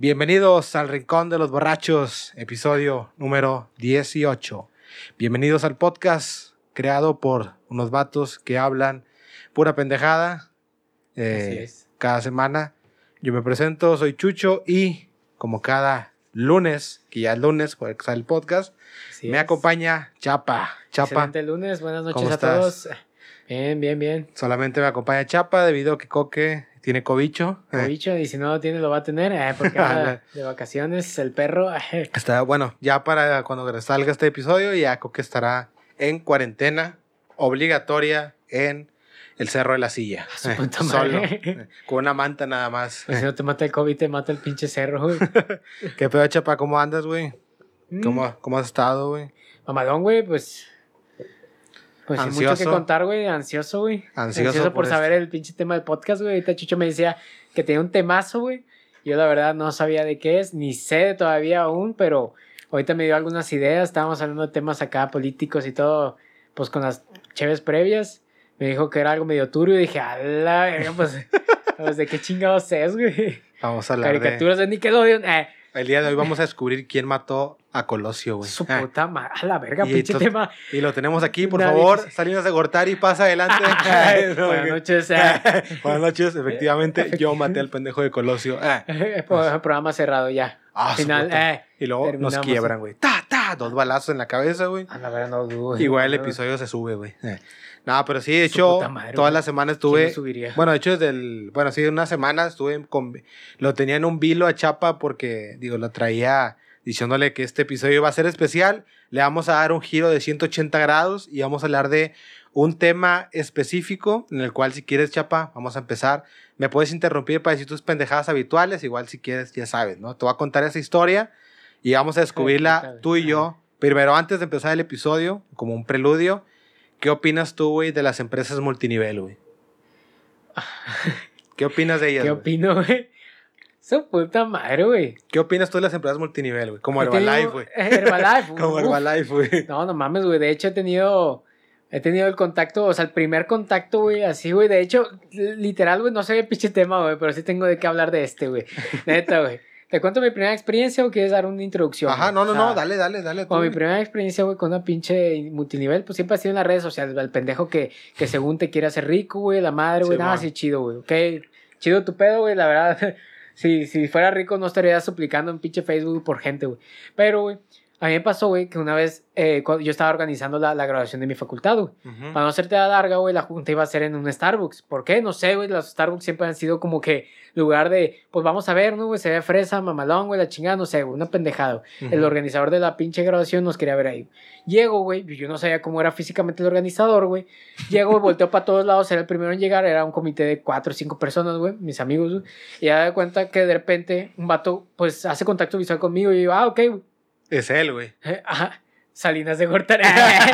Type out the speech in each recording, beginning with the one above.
Bienvenidos al Rincón de los Borrachos, episodio número 18. Bienvenidos al podcast creado por unos vatos que hablan pura pendejada cada semana. Yo me presento, soy Chucho y como cada lunes, que ya es lunes, porque sale el podcast, me acompaña Chapa. Excelente lunes, buenas noches a estás? todos. Bien. Solamente me acompaña Chapa debido a que Coque tiene cobicho. Cobicho, y si no lo tiene lo va a tener, porque anda de vacaciones, el perro. Está bueno, ya para cuando salga este episodio, ya Coque estará en cuarentena obligatoria en el Cerro de la Silla. Solo, con una manta nada más. Pues si no te mata el COVID, te mata el pinche cerro, güey. ¿Qué pedo, Chapa? ¿Cómo andas, güey? ¿Cómo has estado, güey? Mamadón, güey, pues sin mucho Ansioso. que contar, güey, ansioso, güey. Ansioso por saber el pinche tema del podcast, güey. Ahorita Chucho me decía que tenía un temazo, güey. Yo la verdad no sabía de qué es, ni sé todavía aún, pero ahorita me dio algunas ideas. Estábamos hablando de temas acá políticos y todo, pues con las cheves previas. Me dijo que era algo medio turbio y dije, a la verga, pues ¿de qué chingados es, güey? Vamos a hablar caricaturas de Nickelodeon. El día de hoy vamos a descubrir quién mató a Colosio, güey. Su puta madre, a la verga, pinche tema. Y lo tenemos aquí, por favor, Salinas de Gortari, pasa adelante. Buenas noches. Buenas noches, efectivamente, yo maté al pendejo de Colosio. Programa cerrado ya. Final, y luego nos quiebran, güey. Dos balazos en la cabeza, güey. A la verga, no dudo. Igual el episodio se sube, güey. No, pero sí, de hecho, toda la semana estuve... Bueno, de hecho, sí, una semana estuve lo tenía en un vilo a Chapa porque, lo traía diciéndole que este episodio iba a ser especial. Le vamos a dar un giro de 180 grados y vamos a hablar de un tema específico en el cual, si quieres, Chapa, vamos a empezar. Me puedes interrumpir para decir tus pendejadas habituales. Igual, si quieres, ya sabes, ¿no? Te voy a contar esa historia y vamos a descubrirla tú y yo. Primero, antes de empezar el episodio, como un preludio, ¿qué opinas tú, güey, de las empresas multinivel, güey? ¿Qué opinas de ellas, ¿Qué opino, güey? Su puta madre, güey. ¿Qué opinas tú de las empresas multinivel, güey? Como Herbalife, güey. Herbalife, como Herbalife, güey. No mames, güey. De hecho, he tenido el contacto, o sea, el primer contacto, güey, así, güey. De hecho, literal, güey, no sé el pinche tema, güey, pero sí tengo de qué hablar de este, güey. Neta, güey. ¿Te cuento mi primera experiencia o quieres dar una introducción? Ajá, no, dale. Con mi primera experiencia, güey, con una pinche multinivel, pues siempre ha sido en las redes sociales, el pendejo que según te quiere hacer rico, güey, la madre, güey, nada, sí, chido, güey, ok, chido tu pedo, güey, la verdad, si fuera rico no estaría suplicando en pinche Facebook por gente, güey, pero, güey, a mí me pasó, güey, que una vez yo estaba organizando la graduación de mi facultad, güey. Uh-huh. Para no hacerte la larga, güey, la junta iba a ser en un Starbucks. ¿Por qué? No sé, güey, los Starbucks siempre han sido como que lugar de, pues vamos a ver, ¿no, güey? Se ve fresa, mamalón, güey, la chingada, no sé, güey, una pendejada. Uh-huh. El organizador de la pinche graduación nos quería ver ahí. Llego, güey, yo no sabía cómo era físicamente el organizador, güey. Llego, volteo para todos lados, era el primero en llegar, era un comité de 4 o 5 personas, güey, mis amigos, güey. Y ya de cuenta que de repente un vato, pues, hace contacto visual conmigo y yo, ok, güey. Es él, güey. Ajá. Salinas de Gortari.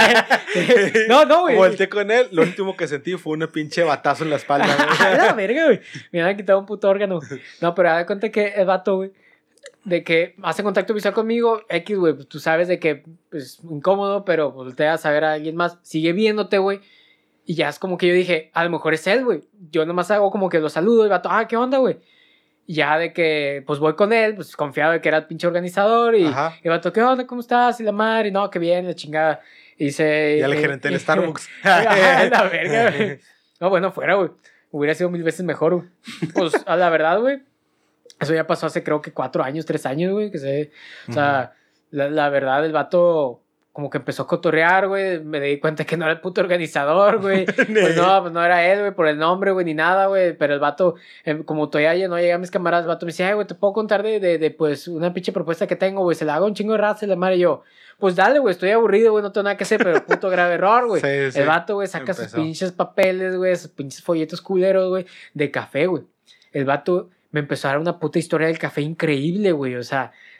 No, güey. Volté con él. Lo último que sentí fue una pinche batazo en la espalda, güey. La verga, güey. Me habían quitado un puto órgano. No, pero da cuenta que el vato, güey, de que hace contacto visual conmigo, X, güey, pues tú sabes de que, pues, incómodo, pero pues te vas a ver a alguien más. Sigue viéndote, güey. Y ya es como que yo dije, a lo mejor es él, güey. Yo nomás hago como que lo saludo y el vato, ¿qué onda, güey? Y ya de que, pues voy con él, pues confiado de que era el pinche organizador. Y el vato, ¿qué onda? ¿Cómo estás? Y la madre, no, qué bien, la chingada. Y dice... Y el gerente del Starbucks. La verga, güey. No, bueno, fuera, güey. Hubiera sido 1000 veces mejor, güey. Pues, a la verdad, güey. Eso ya pasó hace, creo que 4 años, 3 años, güey. Que sé. O sea, la verdad, el vato... como que empezó a cotorrear, güey, me di cuenta que no era el puto organizador, güey, pues no era él, güey, por el nombre, güey, ni nada, güey, pero el vato, como todavía no llegué a mis camaradas, el vato me decía, güey, te puedo contar de, pues, una pinche propuesta que tengo, güey, se la hago un chingo de raza y la madre, y yo, pues dale, güey, estoy aburrido, güey, no tengo nada que hacer, pero puto grave error, güey, el vato, güey, saca sus pinches papeles, güey, sus pinches folletos culeros, güey, de café, güey, el vato me empezó a dar una puta historia del café increíble, güey, o sea,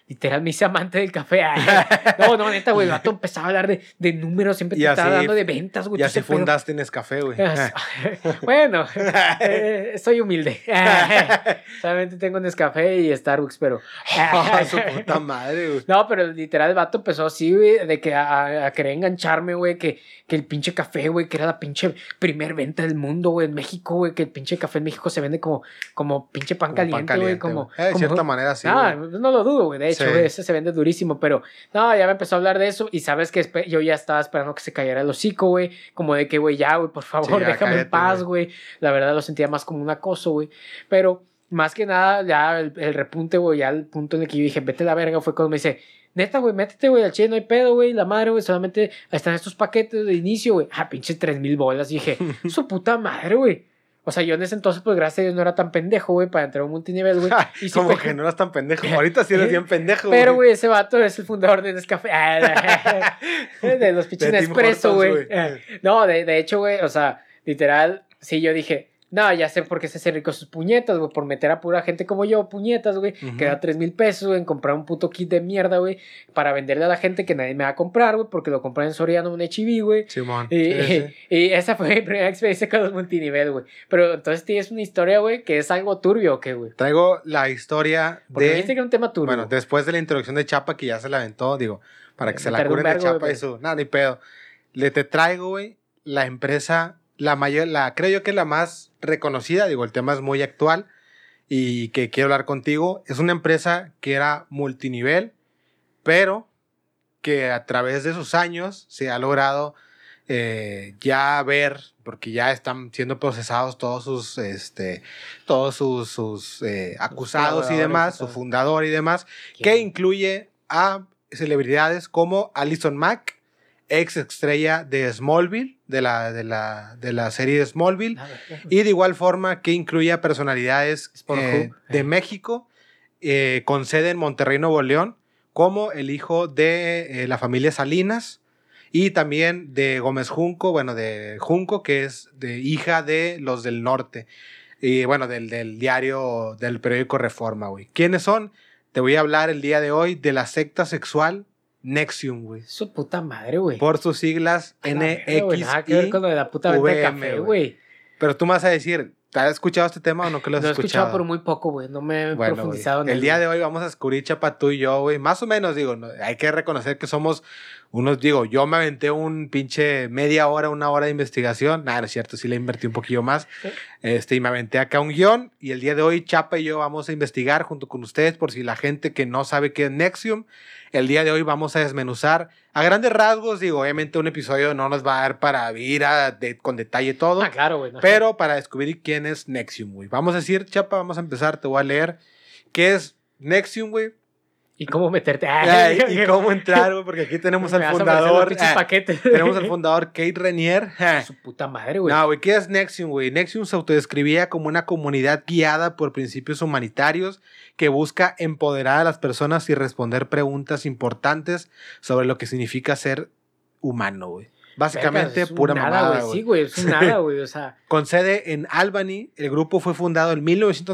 literal me hice amante del café. No, neta, güey, el vato empezaba a hablar de números, siempre te estaba dando de ventas, güey. Y así fundaste Nescafé, güey. Bueno, soy humilde. Solamente tengo Nescafé y Starbucks, pero... Su puta madre, güey. No, pero literal el vato empezó así, güey, de que a querer engancharme, güey, que el pinche café, güey, que era la pinche primer venta del mundo, güey, en México, güey, que el pinche café en México se vende como pinche pan caliente, güey, como... De cierta manera, sí. No lo dudo, güey, de hecho, güey, ese se vende durísimo, pero no, ya me empezó a hablar de eso y sabes que yo ya estaba esperando que se cayera el hocico, güey, como de que, güey, ya, güey, por favor, déjame en paz, güey. La verdad lo sentía más como un acoso, güey, pero más que nada, ya el repunte, güey, ya el punto en el que yo dije, vete a la verga, fue cuando me dice, neta, güey, métete, güey, al chile no hay pedo, güey, la madre, güey, solamente están estos paquetes de inicio, güey, pinche 3,000 bolas, y dije, su puta madre, güey. O sea, yo en ese entonces, pues, gracias a Dios, no era tan pendejo, güey, para entrar a un multinivel, güey. Como que no eras tan pendejo. Ahorita sí eres bien pendejo, güey. Pero, güey, ese vato es el fundador de Nescafé. De los pinches Nespresso, güey. No, de hecho, güey, o sea, literal, sí, yo dije... No, ya sé por qué se hace rico sus puñetas, güey. Por meter a pura gente como yo, puñetas, güey. Que da 3,000 pesos, güey, en comprar un puto kit de mierda, güey. Para venderle a la gente que nadie me va a comprar, güey. Porque lo compré en Soriano, un H-E-B, güey. Simón. Y esa fue mi primera experiencia con los multinivel, güey. Pero entonces tienes una historia, güey, que es algo turbio, ¿o qué, güey? Traigo la historia porque dijiste que era un tema turbio. Bueno, después de la introducción de Chapa, que ya se la aventó, digo, para que se la curen de Chapa, güey, y su... Nada, ni pedo. Te traigo, güey, la empresa... creo yo que es la más reconocida, digo, el tema es muy actual y que quiero hablar contigo. Es una empresa que era multinivel, pero que a través de sus años se ha logrado ya ver, porque ya están siendo procesados todos sus acusados y demás, su fundador y demás, que incluye a celebridades como Allison Mack, ex estrella de Smallville, de la serie de Smallville, y de igual forma que incluye a personalidades de México, con sede en Monterrey, Nuevo León, como el hijo de la familia Salinas, y también de Gómez Junco, bueno, de Junco, que es de hija de los del norte, y bueno, del diario, del periódico Reforma, güey. ¿Quiénes son? Te voy a hablar el día de hoy de la secta sexual NXIVM, güey. Su puta madre, güey. Por sus siglas NX. Nada que ver con lo de la puta venta de café, güey. Pero tú me vas a decir, ¿te has escuchado este tema o no que lo has escuchado? Lo he escuchado por muy poco, güey. No me he profundizado en él. El día de hoy vamos a descubrir, Chapa, tú y yo, güey. Más o menos, digo, hay que reconocer que somos unos, digo, yo me aventé un pinche media hora, 1 hora de investigación. Nah, no es cierto, sí le invertí un poquillo más. Y me aventé acá un guión. Y el día de hoy, Chapa y yo vamos a investigar junto con ustedes, por si la gente que no sabe qué es NXIVM. El día de hoy vamos a desmenuzar a grandes rasgos, digo, obviamente un episodio no nos va a dar para ir con detalle todo. Claro, güey. No, pero para descubrir quién es NXIVM, güey. Vamos a decir, Chapa, vamos a empezar, te voy a leer qué es NXIVM, güey. ¿Y cómo meterte? Y cómo entrar, güey, porque aquí tenemos al fundador. Tenemos al fundador Kate Raniere. Su puta madre, güey. No, güey, ¿qué es NXIVM, güey? NXIVM se autodescribía como una comunidad guiada por principios humanitarios que busca empoderar a las personas y responder preguntas importantes sobre lo que significa ser humano, güey. Básicamente, pura mamada, güey. Sí, güey, es un nada, güey, o sea. Con sede en Albany, el grupo fue fundado en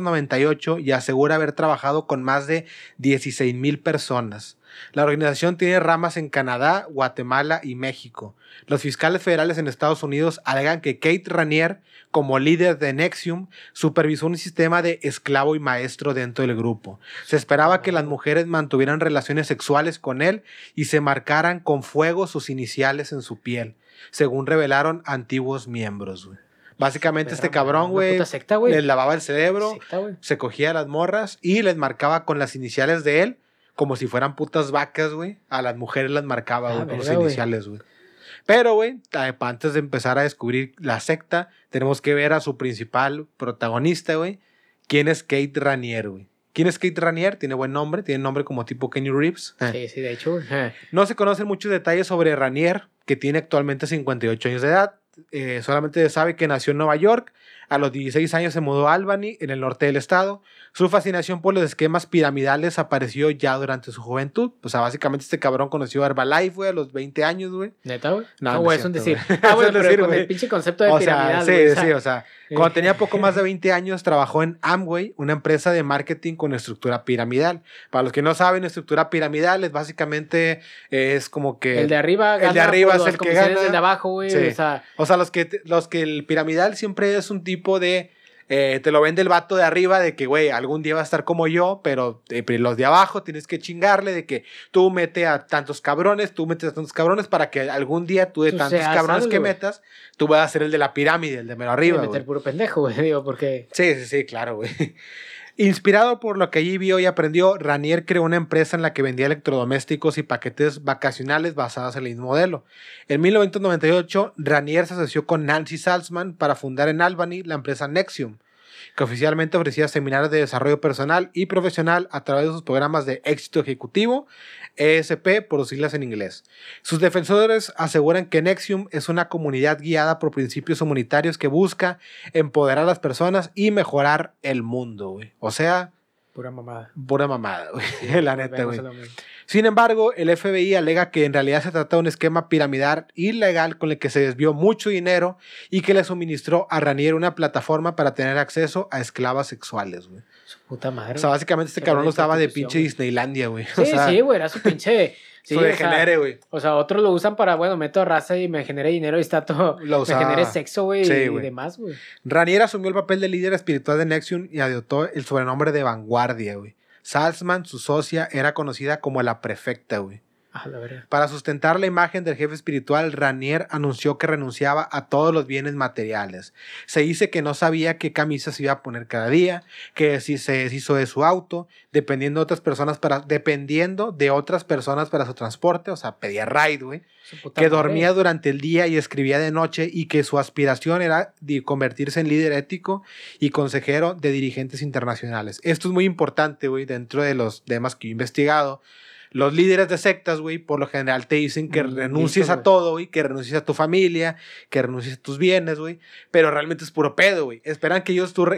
1998 y asegura haber trabajado con más de 16,000 personas. La organización tiene ramas en Canadá, Guatemala y México. Los fiscales federales en Estados Unidos alegan que Kate Raniere, como líder de NXIVM, supervisó un sistema de esclavo y maestro dentro del grupo. Se esperaba que las mujeres mantuvieran relaciones sexuales con él y se marcaran con fuego sus iniciales en su piel, según revelaron antiguos miembros, güey. Básicamente este cabrón, güey, les lavaba el cerebro, se cogía a las morras y les marcaba con las iniciales de él, como si fueran putas vacas, güey. A las mujeres las marcaba, güey, con sus iniciales, güey. Pero, güey, antes de empezar a descubrir la secta, tenemos que ver a su principal protagonista, güey. ¿Quién es Kate Raniere, güey? ¿Quién es Kate Raniere? Tiene buen nombre, tiene nombre como tipo Kenny Reeves. Sí, de hecho, güey. No se conocen muchos detalles sobre Raniere, que tiene actualmente 58 años de edad. Solamente se sabe que nació en Nueva York A los 16 años se mudó a Albany, en el norte del estado. Su fascinación por los esquemas piramidales apareció ya durante su juventud. O sea, básicamente este cabrón conoció Herbalife, güey, a los 20 años, güey. ¿Neta, güey? No, güey, es un decir. Bueno, pero con el pinche concepto de piramidal, güey. Sí, o sea, cuando tenía poco más de 20 años, trabajó en Amway, una empresa de marketing con estructura piramidal. Para los que no saben, estructura piramidal es básicamente, es como que... El de arriba gana. El de arriba es el que gana. El de abajo, güey. Sí. O sea, los que el piramidal siempre es un tipo de... te lo vende el vato de arriba de que, güey, algún día va a estar como yo, pero los de abajo tienes que chingarle de que tú metes a tantos cabrones, para que algún día tú de tantos cabrones que metas, tú vas a ser el de la pirámide, el de mero arriba, güey. Meter puro pendejo, güey, digo, porque... Sí, claro, güey. Inspirado por lo que allí vio y aprendió, Ranier creó una empresa en la que vendía electrodomésticos y paquetes vacacionales basados en el mismo modelo. En 1998, Ranier se asoció con Nancy Salzman para fundar en Albany la empresa Nexium, que oficialmente ofrecía seminarios de desarrollo personal y profesional a través de sus programas de éxito ejecutivo, ESP por sus siglas en inglés. Sus defensores aseguran que Nexium es una comunidad guiada por principios humanitarios que busca empoderar a las personas y mejorar el mundo, güey. O sea... Pura mamada, güey. Sí, la neta, güey. Sin embargo, el FBI alega que en realidad se trata de un esquema piramidal ilegal con el que se desvió mucho dinero y que le suministró a Ranier una plataforma para tener acceso a esclavas sexuales, güey. Su puta madre. O sea, básicamente este cabrón lo estaba de pinche Disneylandia, güey. Sí, sí, güey, era su pinche... Sí, güey. O sea, otros lo usan para, bueno, meto raza y me genere dinero y está todo... Me genere sexo, güey, y demás, güey. Ranier asumió el papel de líder espiritual de Nexium y adoptó el sobrenombre de Vanguardia, güey. Salzman, su socia, era conocida como la prefecta, güey. Ah, la verdad. Para sustentar la imagen del jefe espiritual, Ranier anunció que renunciaba a todos los bienes materiales. Se dice que no sabía qué camisa se iba a poner cada día, que si se deshizo de su auto, dependiendo de otras personas para su transporte, o sea, pedía ride, güey. Que dormía durante el día y escribía de noche y que su aspiración era convertirse en líder ético y consejero de dirigentes internacionales. Esto es muy importante, güey, dentro de los temas que he investigado. Los líderes de sectas, güey, por lo general te dicen que renuncies a todo, güey, que renuncies a tu familia, que renuncies a tus bienes, güey, pero realmente es puro pedo, güey. Esperan que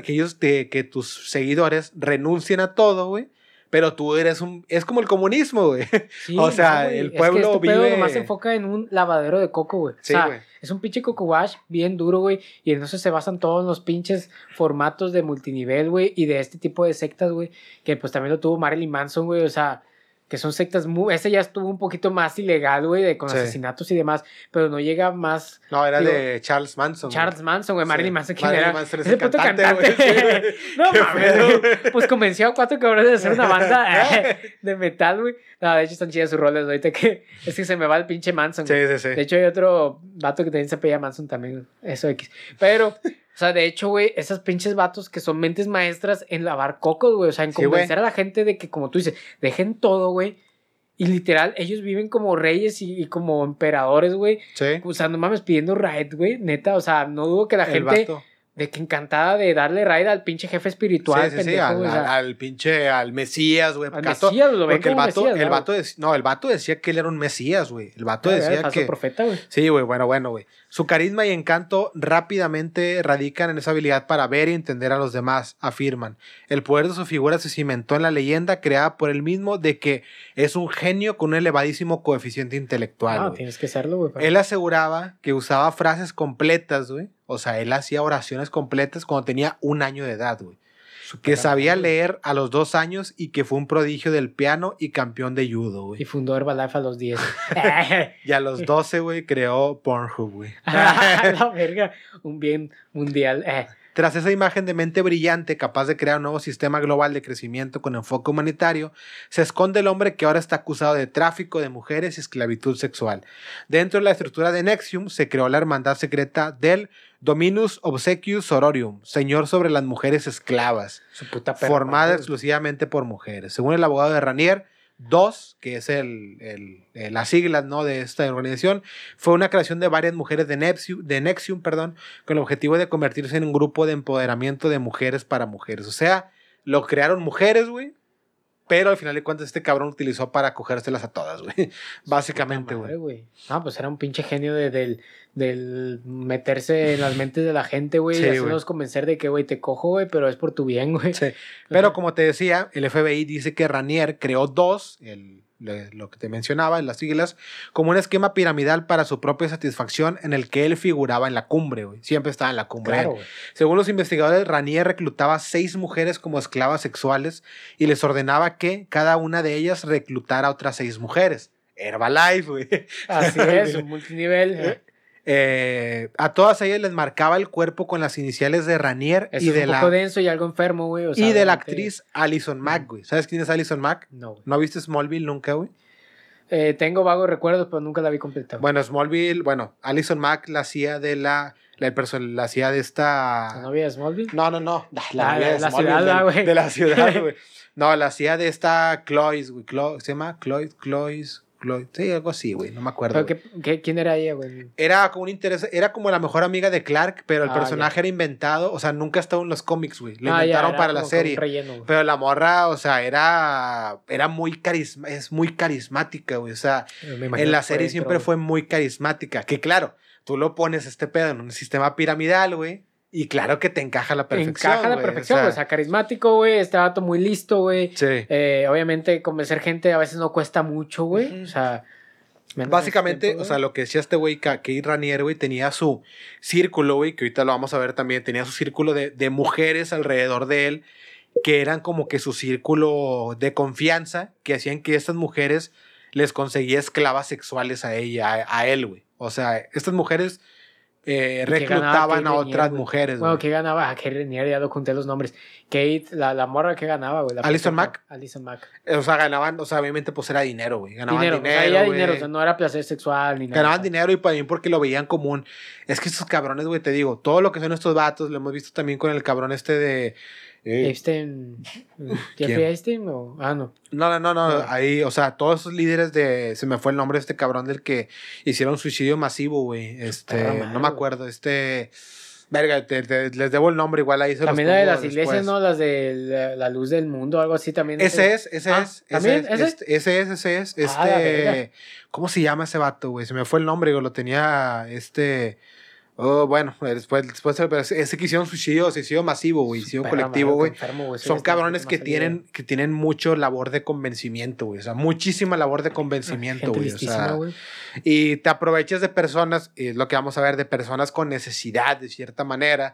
tus seguidores renuncien a todo, güey, pero tú eres es como el comunismo, güey. Sí, o sea, el pueblo es que pedo nomás se enfoca en un lavadero de coco, güey. Sí, o sea, güey. Es un pinche coco wash bien duro, güey, y entonces se basan todos los pinches formatos de multinivel, güey, y de este tipo de sectas, güey, que pues también lo tuvo Marilyn Manson, güey, o sea... Que son sectas ese ya estuvo un poquito más ilegal, güey, con asesinatos y demás, pero no llega más... No, era de Charles Manson. Charles Manson, güey, Marilyn Manson, ¿quién Marilyn era? Manson es ese puto cantante. No mames, güey. Pues convenció a 4 cabrones de hacer una banda de metal, güey. No, de hecho están chidas sus roles, ahorita que... Es que se me va el pinche Manson. Sí. De hecho hay otro vato que también se apellida Manson también, eso X. Pero... O sea, de hecho, güey, esos pinches vatos que son mentes maestras en lavar cocos, güey. O sea, en convencer a la gente de que, como tú dices, dejen todo, güey. Y literal, ellos viven como reyes y como emperadores, güey. Sí. O sea, no mames, pidiendo raid, güey. Neta, o sea, no dudo que la gente... Vato. De que encantada de darle raid al pinche jefe espiritual. Sí, pendejo, al pinche, al Mesías, güey. Al Mesías, lo ven como el vato decía que él era un Mesías, güey. El vato decía que... Era profeta, güey. Sí, güey, bueno, güey. Su carisma y encanto rápidamente radican en esa habilidad para ver y entender a los demás, afirman. El poder de su figura se cimentó en la leyenda creada por él mismo de que es un genio con un elevadísimo coeficiente intelectual. No, tienes que serlo, güey. Él aseguraba que usaba frases completas, güey. O sea, él hacía oraciones completas cuando tenía 1 año de edad, güey. Que sabía leer a los 2 años y que fue un prodigio del piano y campeón de judo, güey. Y fundó Herbalife a los 10. Y a los 12, güey, creó Pornhub, güey. La verga. Un bien mundial. Tras esa imagen de mente brillante, capaz de crear un nuevo sistema global de crecimiento con enfoque humanitario, se esconde el hombre que ahora está acusado de tráfico de mujeres y esclavitud sexual. Dentro de la estructura de Nexium se creó la hermandad secreta del Dominus Obsequius Sororium, señor sobre las mujeres esclavas, formada exclusivamente por mujeres. Según el abogado de Ranier, DOS, que es las siglas, ¿no?, de esta organización, fue una creación de varias mujeres de Nexium, con el objetivo de convertirse en un grupo de empoderamiento de mujeres para mujeres. O sea, lo crearon mujeres, güey, Pero al final de cuentas este cabrón utilizó para cogérselas a todas, güey. Básicamente, güey. No, pues era un pinche genio del meterse en las mentes de la gente, güey. Sí, y hacerlos convencer de que, güey, te cojo, güey, pero es por tu bien, güey. Sí. Pero como te decía, el FBI dice que Ranier creó dos, lo que te mencionaba en las siglas, como un esquema piramidal para su propia satisfacción en el que él figuraba en la cumbre, güey. Siempre estaba en la cumbre. Claro, güey. Según los investigadores, Ranier reclutaba 6 mujeres como esclavas sexuales y les ordenaba que cada una de ellas reclutara a otras 6 mujeres. Herbalife, güey. Así es, un multinivel. A todas ellas les marcaba el cuerpo con las iniciales de Ranier. Eso y de un poco denso y algo enfermo, güey. O sea, y de la actriz Allison Mack, güey. ¿Sabes quién es Allison Mack? No, güey. ¿No viste Smallville nunca, güey? Tengo vagos recuerdos, pero nunca la vi completa. Bueno, Smallville, Allison Mack la hacía de la hacía de esta... ¿La novia de Smallville? No. La novia de la ciudad, güey. De la ciudad, güey. No, la hacía de esta Clois, güey. ¿Se llama? Clois. Sí, algo así, güey. No me acuerdo. ¿Quién era ella, güey? Era como la mejor amiga de Clark, pero el personaje era inventado. O sea, nunca estuvo en los cómics, güey. Lo inventaron para la serie. Relleno, pero la morra, o sea, era muy carismática, güey. O sea, en la serie siempre fue muy carismática. Que claro, tú lo pones este pedo en un sistema piramidal, güey. Y claro que te encaja a la perfección. Encaja a la perfección, güey. O sea, carismático, güey. Este vato muy listo, güey. Sí. Obviamente, convencer gente a veces no cuesta mucho, güey. O sea. Básicamente, tiempo, o sea, lo que decía este güey, Kate Ranier, güey, tenía su círculo, güey, que ahorita lo vamos a ver también. Tenía su círculo de mujeres alrededor de él, que eran como que su círculo de confianza, que hacían que estas mujeres les conseguía esclavas sexuales a él, güey. O sea, estas mujeres reclutaban a otras mujeres. Bueno, ¿qué ganaba? Kate Ranier, ya lo conté los nombres. Kate, la morra que ganaba, güey. Allison Mack. O sea, ganaban, o sea, obviamente pues era dinero, güey. Ganaban dinero. O sea, dinero, o sea, no era placer sexual ni nada. Ganaban dinero y también porque lo veían común. Es que estos cabrones, güey, te digo, todo lo que son estos vatos, lo hemos visto también con el cabrón de... Epstein. ¿Jeffrey Epstein o...? No. No. Ahí, o sea, todos esos líderes se me fue el nombre de este cabrón del que hicieron suicidio masivo, güey. No me acuerdo. Verga, les debo el nombre, igual ahí se también los pongo. También la de las iglesias, ¿no? Las de la luz del mundo, algo así también. Ese es. ¿Cómo se llama ese vato, güey? Se me fue el nombre, güey. Lo tenía Oh, bueno, después ese que hicieron suicidio masivo, güey, suicidio colectivo, güey. Son cabrones que tienen mucho labor de convencimiento, güey. O sea, muchísima labor de convencimiento, güey. O sea, y te aprovechas de personas, y es lo que vamos a ver, de personas con necesidad, de cierta manera.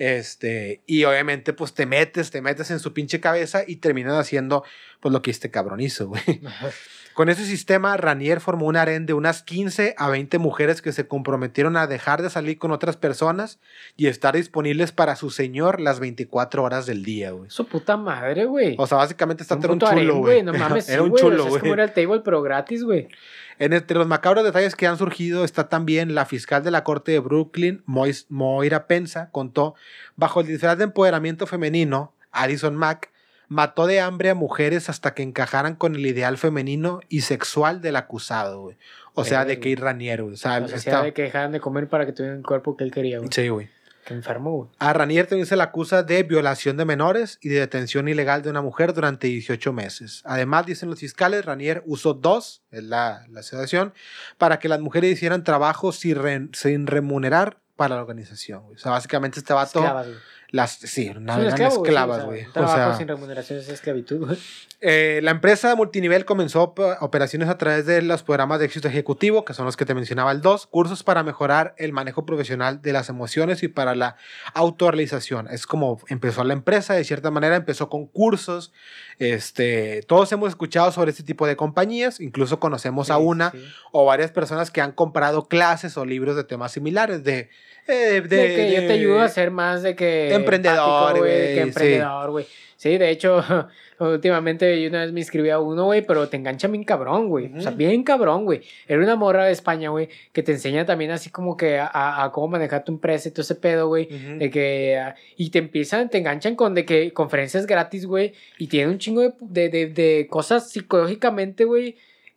Y obviamente, pues te metes en su pinche cabeza y terminan haciendo, pues, lo que este cabrón hizo, güey. Con ese sistema, Ranier formó un harén de unas 15 a 20 mujeres que se comprometieron a dejar de salir con otras personas y estar disponibles para su señor las 24 horas del día, güey. Su puta madre, güey. O sea, básicamente era un chulo, güey. No mames, era un chulo, güey. Es como era el table, pero gratis, güey. Entre los macabros detalles que han surgido está también la fiscal de la corte de Brooklyn, Moira Penza, contó, bajo el disfraz de empoderamiento femenino, Allison Mack mató de hambre a mujeres hasta que encajaran con el ideal femenino y sexual del acusado, güey. O sea, de Kate Ranier, güey. O sea, de que dejaran de comer para que tuvieran el cuerpo que él quería, güey. Sí, güey. Que enfermo, güey. A Ranier también se le acusa de violación de menores y de detención ilegal de una mujer durante 18 meses. Además, dicen los fiscales, Ranier usó dos, es la asociación, para que las mujeres hicieran trabajo sin remunerar para la organización, güey. O sea, básicamente este vato... Esclavas, güey. Eran esclavas, güey. Trabajo sin remuneración es esclavitud, güey. La empresa multinivel comenzó operaciones a través de los programas de éxito ejecutivo, que son los que te mencionaba el 2, cursos para mejorar el manejo profesional de las emociones y para la autorrealización. Es como empezó la empresa, de cierta manera empezó con cursos. Todos hemos escuchado sobre este tipo de compañías, incluso conocemos a una o varias personas que han comprado clases o libros de temas similares de que yo te ayudo a ser más de que emprendedor, güey. Que emprendedor, güey. Sí, de hecho, últimamente yo una vez me inscribí a uno, güey, pero te engancha bien cabrón, güey. O sea, bien cabrón, güey. Era una morra de España, güey, que te enseña también así como que a cómo manejar tu empresa y todo ese pedo, güey. De que... y te enganchan con de que conferencias gratis, güey. Y tiene un chingo de cosas psicológicamente, güey,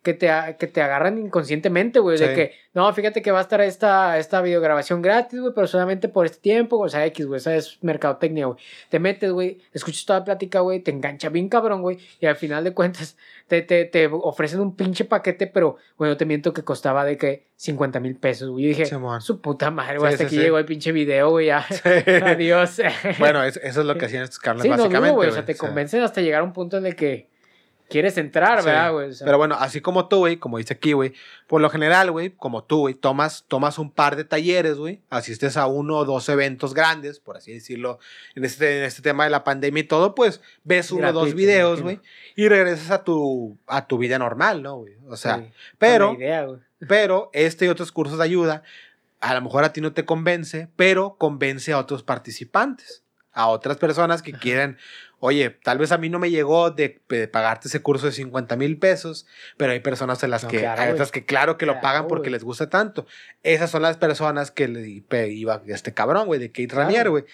que te agarran inconscientemente, güey, de que, no, fíjate que va a estar esta videograbación gratis, güey, pero solamente por este tiempo, o sea, X, güey, esa es mercadotecnia, güey. Te metes, güey, escuchas toda la plática, güey, te engancha bien cabrón, güey, y al final de cuentas te ofrecen un pinche paquete, pero, güey, no te miento que costaba de que 50,000 pesos, güey. Yo dije, su puta madre, güey, hasta aquí llegó el pinche video, güey, ya, adiós. Bueno, eso es lo que hacían estos carnales, básicamente. No dudo, güey, o sea, te convencen hasta llegar a un punto en el que quieres entrar, ¿verdad, güey? O sea, pero bueno, así como tú, güey, como dice aquí, güey, por lo general, güey, como tú, güey, tomas un par de talleres, güey, asistes a 1 o 2 eventos grandes, por así decirlo, en este tema de la pandemia y todo, pues ves 1 o 2 videos, güey, y regresas a tu vida normal, ¿no, güey? O sea, pero este y otros cursos de ayuda, a lo mejor a ti no te convence, pero convence a otros participantes, a otras personas que quieren... Oye, tal vez a mí no me llegó de pagarte ese curso de 50,000 pesos, pero hay personas en las que claro que lo pagan porque les gusta tanto. Esas son las personas que le iba este cabrón, güey, de Kate Raniere, güey.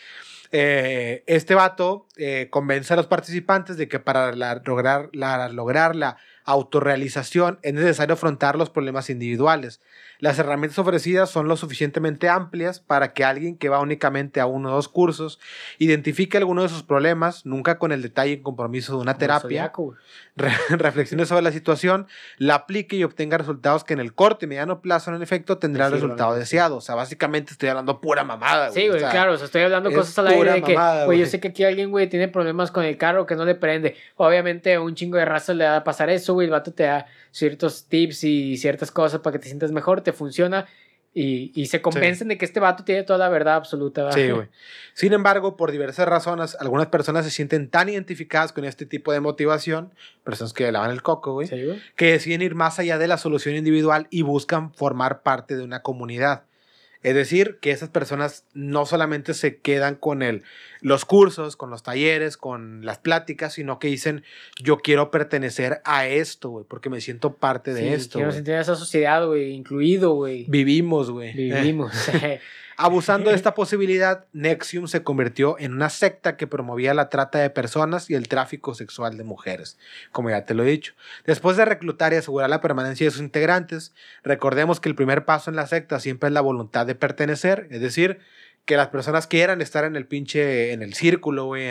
Este vato convence a los participantes de que para lograr la autorrealización es necesario afrontar los problemas individuales. Las herramientas ofrecidas son lo suficientemente amplias para que alguien que va únicamente a 1 o 2 cursos identifique alguno de sus problemas, nunca con el detalle y compromiso de una terapia, reflexione sobre la situación, la aplique y obtenga resultados que en el corto y mediano plazo, en efecto, tendrá el resultado deseado. O sea, básicamente estoy hablando pura mamada, güey. Sí, güey, claro, o sea, estoy hablando cosas al aire de que, güey, yo sé que aquí alguien, güey, tiene problemas con el carro que no le prende. Obviamente, un chingo de raza le va a pasar eso, güey, el vato te da ciertos tips y ciertas cosas para que te sientas mejor, te funciona y se convencen de que este vato tiene toda la verdad absoluta, ¿verdad? Sí, güey. Sin embargo, por diversas razones, algunas personas se sienten tan identificadas con este tipo de motivación, personas que lavan el coco, güey, que deciden ir más allá de la solución individual y buscan formar parte de una comunidad. Es decir, que esas personas no solamente se quedan con los cursos, con los talleres, con las pláticas, sino que dicen, yo quiero pertenecer a esto, güey, porque me siento parte de esto. Quiero sentir esa sociedad, güey, incluido, güey. Vivimos, güey. Abusando de esta posibilidad, NXIVM se convirtió en una secta que promovía la trata de personas y el tráfico sexual de mujeres, como ya te lo he dicho. Después de reclutar y asegurar la permanencia de sus integrantes, recordemos que el primer paso en la secta siempre es la voluntad de pertenecer, es decir, que las personas quieran estar en el círculo, güey,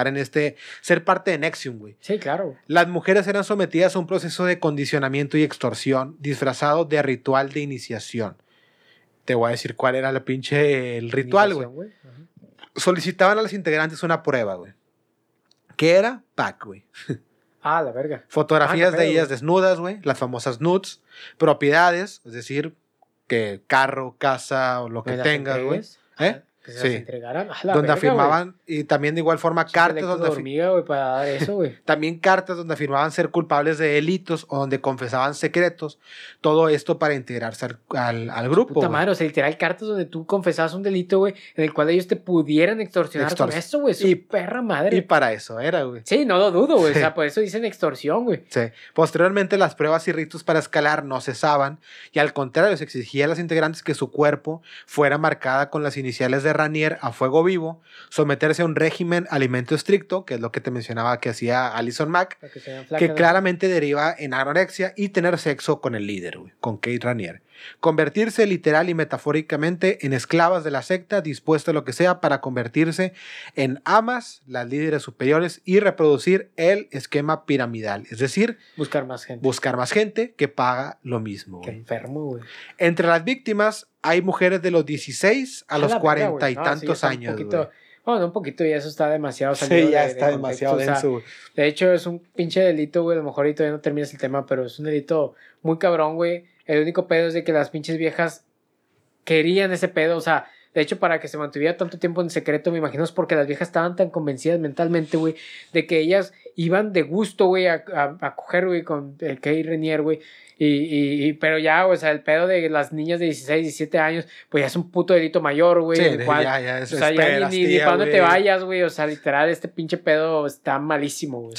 ser parte de NXIVM, güey. Sí, claro. Las mujeres eran sometidas a un proceso de condicionamiento y extorsión disfrazado de ritual de iniciación. Te voy a decir cuál era el ritual, güey. Solicitaban a los integrantes una prueba, güey. ¿Qué era? Pack, güey. La verga. Fotografías de ellas desnudas, güey. Las famosas nudes. Propiedades, es decir, que carro, casa o lo que tengas, güey. Que se las entregaran donde afirmaban, y también de igual forma cartas donde hormiga, güey, para dar eso, güey. También cartas donde afirmaban ser culpables de delitos o donde confesaban secretos, todo esto para integrarse al grupo. Puta madre, o sea, literal cartas donde tú confesabas un delito, güey, en el cual ellos te pudieran extorsionar con eso, güey, su perra madre. Y para eso era, güey. Sí, no lo dudo, güey, o sea, por eso dicen extorsión, güey. Sí. Posteriormente las pruebas y ritos para escalar no cesaban y al contrario se exigía a los integrantes que su cuerpo fuera marcada con las iniciales de Raniere a fuego vivo, someterse a un régimen alimento estricto, que es lo que te mencionaba que hacía Alison Mack, que claramente deriva en anorexia, y tener sexo con el líder, güey, con Kate Raniere. Convertirse literal y metafóricamente en esclavas de la secta, dispuestas a lo que sea para convertirse en amas, las líderes superiores, y reproducir el esquema piramidal. Es decir, buscar más gente que paga lo mismo. Qué enfermo, güey. Entre las víctimas hay mujeres de los 16 a los 40 y tantos años. Un poquito, y eso está demasiado salido. Sí, ya está demasiado denso. O sea, de hecho, es un pinche delito, güey. A lo mejor ahorita todavía no terminas el tema, pero es un delito muy cabrón, güey. El único pedo es de que las pinches viejas querían ese pedo. O sea, de hecho, para que se mantuviera tanto tiempo en secreto, me imagino es porque las viejas estaban tan convencidas mentalmente, güey, de que ellas iban de gusto, güey, a coger, güey, con el Kate Raniere, güey. Pero ya, o sea, el pedo de las niñas de 16, 17 años, pues ya es un puto delito mayor, güey. Sí, ya eso. O sea, ya ni para dónde te vayas, güey. O sea, literal, este pinche pedo está malísimo, güey.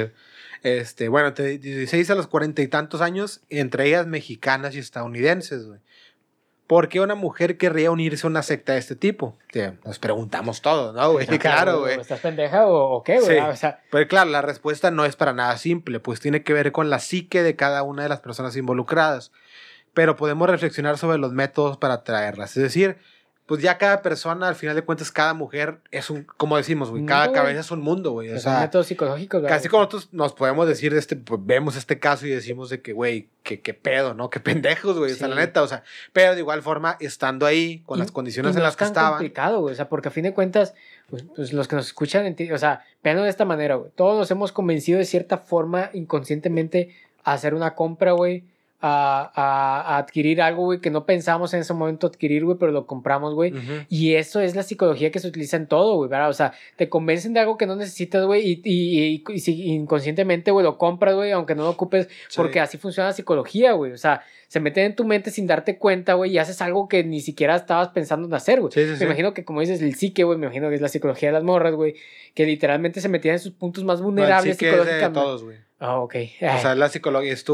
Sí. Bueno, de 16 a los 40 y tantos años, entre ellas mexicanas y estadounidenses, güey. ¿Por qué una mujer querría unirse a una secta de este tipo? Nos preguntamos todos, ¿no, güey? Claro, güey. ¿Estás pendeja o qué, güey? Sí. O sea, pero claro, la respuesta no es para nada simple, pues tiene que ver con la psique de cada una de las personas involucradas. Pero podemos reflexionar sobre los métodos para atraerlas. Es decir, pues ya cada persona, al final de cuentas, cada mujer es un, como decimos, güey, cada cabeza es un mundo, güey. O sea, métodos psicológicos, güey. Casi como nosotros nos podemos decir, pues vemos este caso y decimos de que, güey, qué pedo, ¿no? Qué pendejos, güey. Sí. O sea, la neta, o sea, pero de igual forma, estando ahí, con las condiciones en las que estaban. Es complicado, güey. O sea, porque a fin de cuentas, pues los que nos escuchan, o sea, véanlo de esta manera, güey. Todos nos hemos convencido de cierta forma, inconscientemente, a hacer una compra, güey. A adquirir algo, güey, que no pensamos en ese momento adquirir, güey, pero lo compramos, güey. Uh-huh. Y eso es la psicología que se utiliza en todo, güey, ¿verdad? O sea, te convencen de algo que no necesitas, güey, y inconscientemente, güey, lo compras, güey, aunque no lo ocupes, porque así funciona la psicología, güey. O sea, se meten en tu mente sin darte cuenta, güey, y haces algo que ni siquiera estabas pensando en hacer, güey. Me imagino que, como dices, el psique, güey, me imagino que es la psicología de las morras, güey, que literalmente se metían en sus puntos más vulnerables psicológicamente. Es de todos, güey. Ah, ok. O sea, la psicología es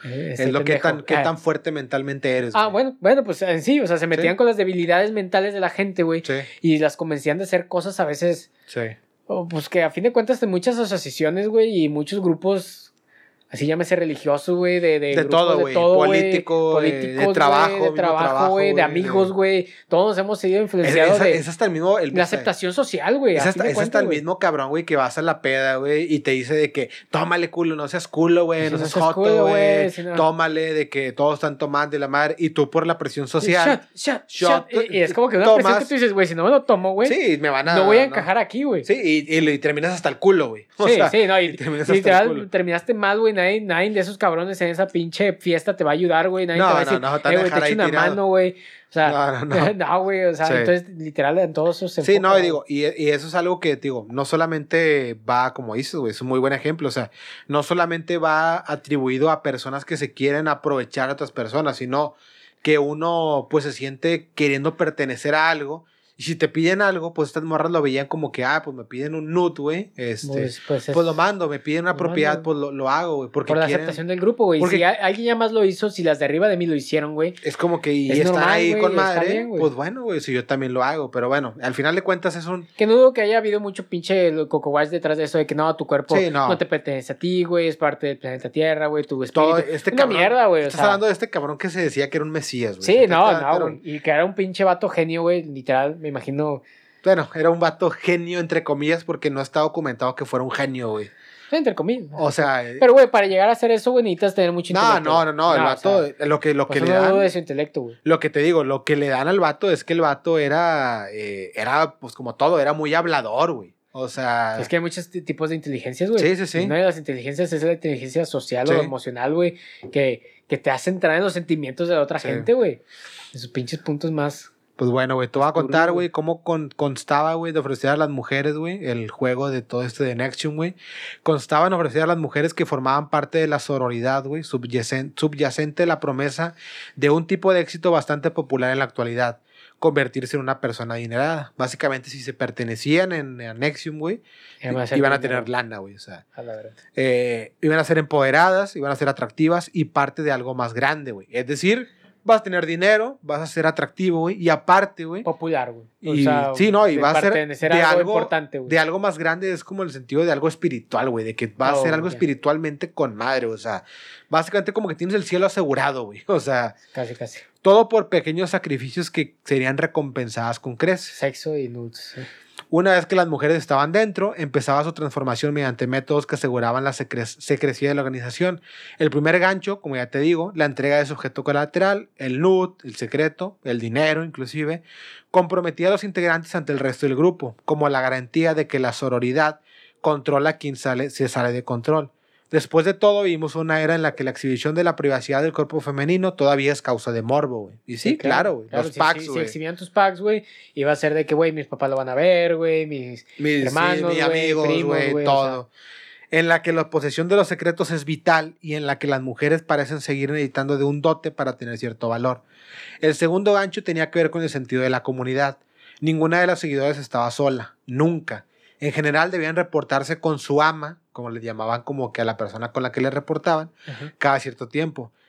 es lo que tan fuerte mentalmente eres. Bueno, pues en sí, o sea, se metían con las debilidades mentales de la gente, güey. Sí. Y las convencían de hacer cosas a veces. Sí. Pues que a fin de cuentas, de muchas asociaciones, güey, y muchos grupos. Así llámese religioso, güey, de todo, güey, político, de trabajo, güey, de amigos, güey, todos nos hemos sido influenciados es hasta el mismo... la aceptación social, güey. Es hasta el mismo cabrón, güey, que vas a la peda, güey, y te dice de que tómale culo, no seas culo, güey, no seas joto, güey, tómale, de que todos están tomando de la madre, y tú por la presión social... Shot. Y es como que una presión que tú dices, güey, si no me lo tomo, güey, sí, me van a... No voy a encajar aquí, güey. Sí, y terminas hasta el culo, güey. Y literal, terminaste mal, güey. Nadie de esos cabrones en esa pinche fiesta te va a ayudar, güey. Nadie te va a decir, güey, te echo una mano, güey. O sea, no, güey. O sea, entonces, literal, en todos esos Sí, no, y eso es algo que, digo, no solamente va, como dices, güey, es un muy buen ejemplo. O sea, no solamente va atribuido a personas que se quieren aprovechar a otras personas, sino que uno, pues, se siente queriendo pertenecer a algo. Y si te piden algo, pues estas morras lo veían como que, pues me piden un nude, güey. Pues lo mando, me piden una propiedad, pues lo hago, güey. Por la aceptación del grupo, güey. Si alguien ya más lo hizo, si las de arriba de mí lo hicieron, güey. Es como que, y están normal, ahí con madre, bien, pues bueno, güey, si yo también lo hago. Pero bueno, al final de cuentas es un... Que no dudo que haya habido mucho pinche coco wash detrás de eso, de que no, tu cuerpo no te pertenece a ti, güey, es parte del planeta Tierra, güey, tu espíritu. Todo este cabrón, mierda, güey. Estás hablando de este cabrón que se decía que era un mesías, güey. Sí, no, güey. Y que era un pinche vato genio, güey, literal, me imagino... Bueno, era un vato genio, entre comillas, porque no está documentado que fuera un genio, güey. Entre comillas. O sea... Pero, güey, para llegar a hacer eso, güey, necesitas tener mucho intelecto. No, el vato... O sea, lo que le dan... de su intelecto, güey. Lo que te digo, lo que le dan al vato es que el vato era pues como todo, era muy hablador, güey. O sea... Es que hay muchos tipos de inteligencias, güey. Sí. Una de las inteligencias es la inteligencia social o emocional, güey, que te hace entrar en los sentimientos de la otra gente, güey. En sus pinches puntos más... Pues bueno, güey, te voy a contar, güey, cómo constaba, güey, de ofrecer a las mujeres, güey, el juego de todo de Nexium, güey. Constaba en ofrecer a las mujeres que formaban parte de la sororidad, güey, subyacente a la promesa de un tipo de éxito bastante popular en la actualidad, convertirse en una persona adinerada. Básicamente, si se pertenecían a Nexium, güey, iban a tener lana, güey, o sea. A la verdad. Iban a ser empoderadas, iban a ser atractivas y parte de algo más grande, güey. Es decir... Vas a tener dinero, vas a ser atractivo, güey, y aparte, güey. Popular, güey. Y vas a ser de algo importante, güey. De algo más grande, es como el sentido de algo espiritual, güey, de que vas a ser algo espiritualmente con madre, o sea, básicamente como que tienes el cielo asegurado, güey, o sea. Casi. Todo por pequeños sacrificios que serían recompensadas con creces. Sexo y nudes, sí. Una vez que las mujeres estaban dentro, empezaba su transformación mediante métodos que aseguraban la secrecía de la organización. El primer gancho, como ya te digo, la entrega de su objeto colateral, el nude, el secreto, el dinero inclusive, comprometía a los integrantes ante el resto del grupo, como la garantía de que la sororidad controla a quien se sale de control. Después de todo, vivimos una era en la que la exhibición de la privacidad del cuerpo femenino todavía es causa de morbo, güey. Y sí, claro, güey. Los packs, güey. Si exhibían tus packs, güey, iba a ser de que, güey, mis papás lo van a ver, güey, mis hermanos, mis amigos, güey, todo. O sea, en la que la posesión de los secretos es vital y en la que las mujeres parecen seguir necesitando de un dote para tener cierto valor. El segundo gancho tenía que ver con el sentido de la comunidad. Ninguna de las seguidoras estaba sola, nunca. En general debían reportarse con su ama, como les llamaban como que a la persona con la que les reportaban, cada cierto tiempo.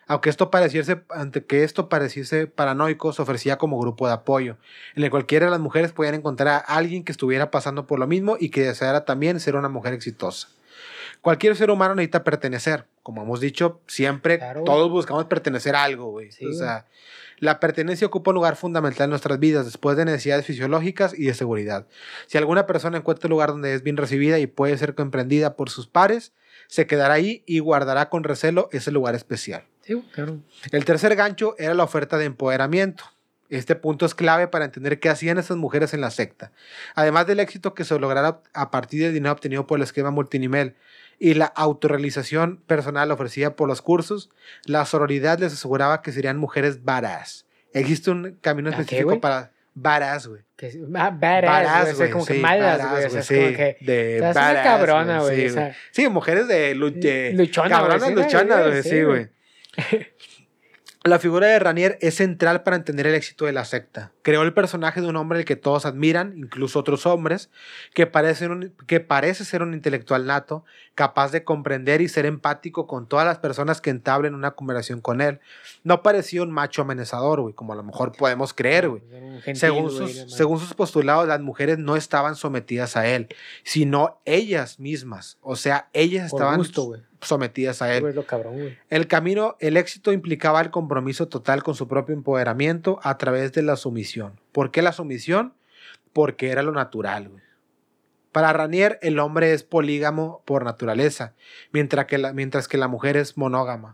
Ante que esto pareciese paranoico, se ofrecía como grupo de apoyo, en el cualquiera de las mujeres podían encontrar a alguien que estuviera pasando por lo mismo y que deseara también ser una mujer exitosa. Cualquier ser humano necesita pertenecer. Como hemos dicho, siempre todos buscamos pertenecer a algo, güey. Sí, o sea, la pertenencia ocupa un lugar fundamental en nuestras vidas después de necesidades fisiológicas y de seguridad. Si alguna persona encuentra un lugar donde es bien recibida y puede ser comprendida por sus pares, se quedará ahí y guardará con recelo ese lugar especial. Sí, claro. El tercer gancho era la oferta de empoderamiento. Este punto es clave para entender qué hacían esas mujeres en la secta. Además del éxito que se lograra a partir del dinero obtenido por el esquema multinivel y la autorrealización personal ofrecida por los cursos, la sororidad les aseguraba que serían mujeres badass. Existe un camino específico para badass, güey. Badass, güey. Como que malas, güey. O sea, es como que... De badass, cabrona, güey. O sea, sí, mujeres de luchonas, cabronas luchonas, güey. Sí, güey. La figura de Ranier es central para entender el éxito de la secta. Creó el personaje de un hombre al que todos admiran, incluso otros hombres, que parece ser un intelectual nato, capaz de comprender y ser empático con todas las personas que entablen una conversación con él. No parecía un macho amenazador, güey, como a lo mejor podemos creer, güey. Según sus postulados, las mujeres no estaban sometidas a él, sino ellas mismas. O sea, ellas estaban sometidas a él. Güey, lo cabrón, güey. El éxito implicaba el compromiso total con su propio empoderamiento a través de la sumisión. ¿Por qué la sumisión? Porque era lo natural, güey. Para Ranier, el hombre es polígamo por naturaleza, mientras que la mujer es monógama.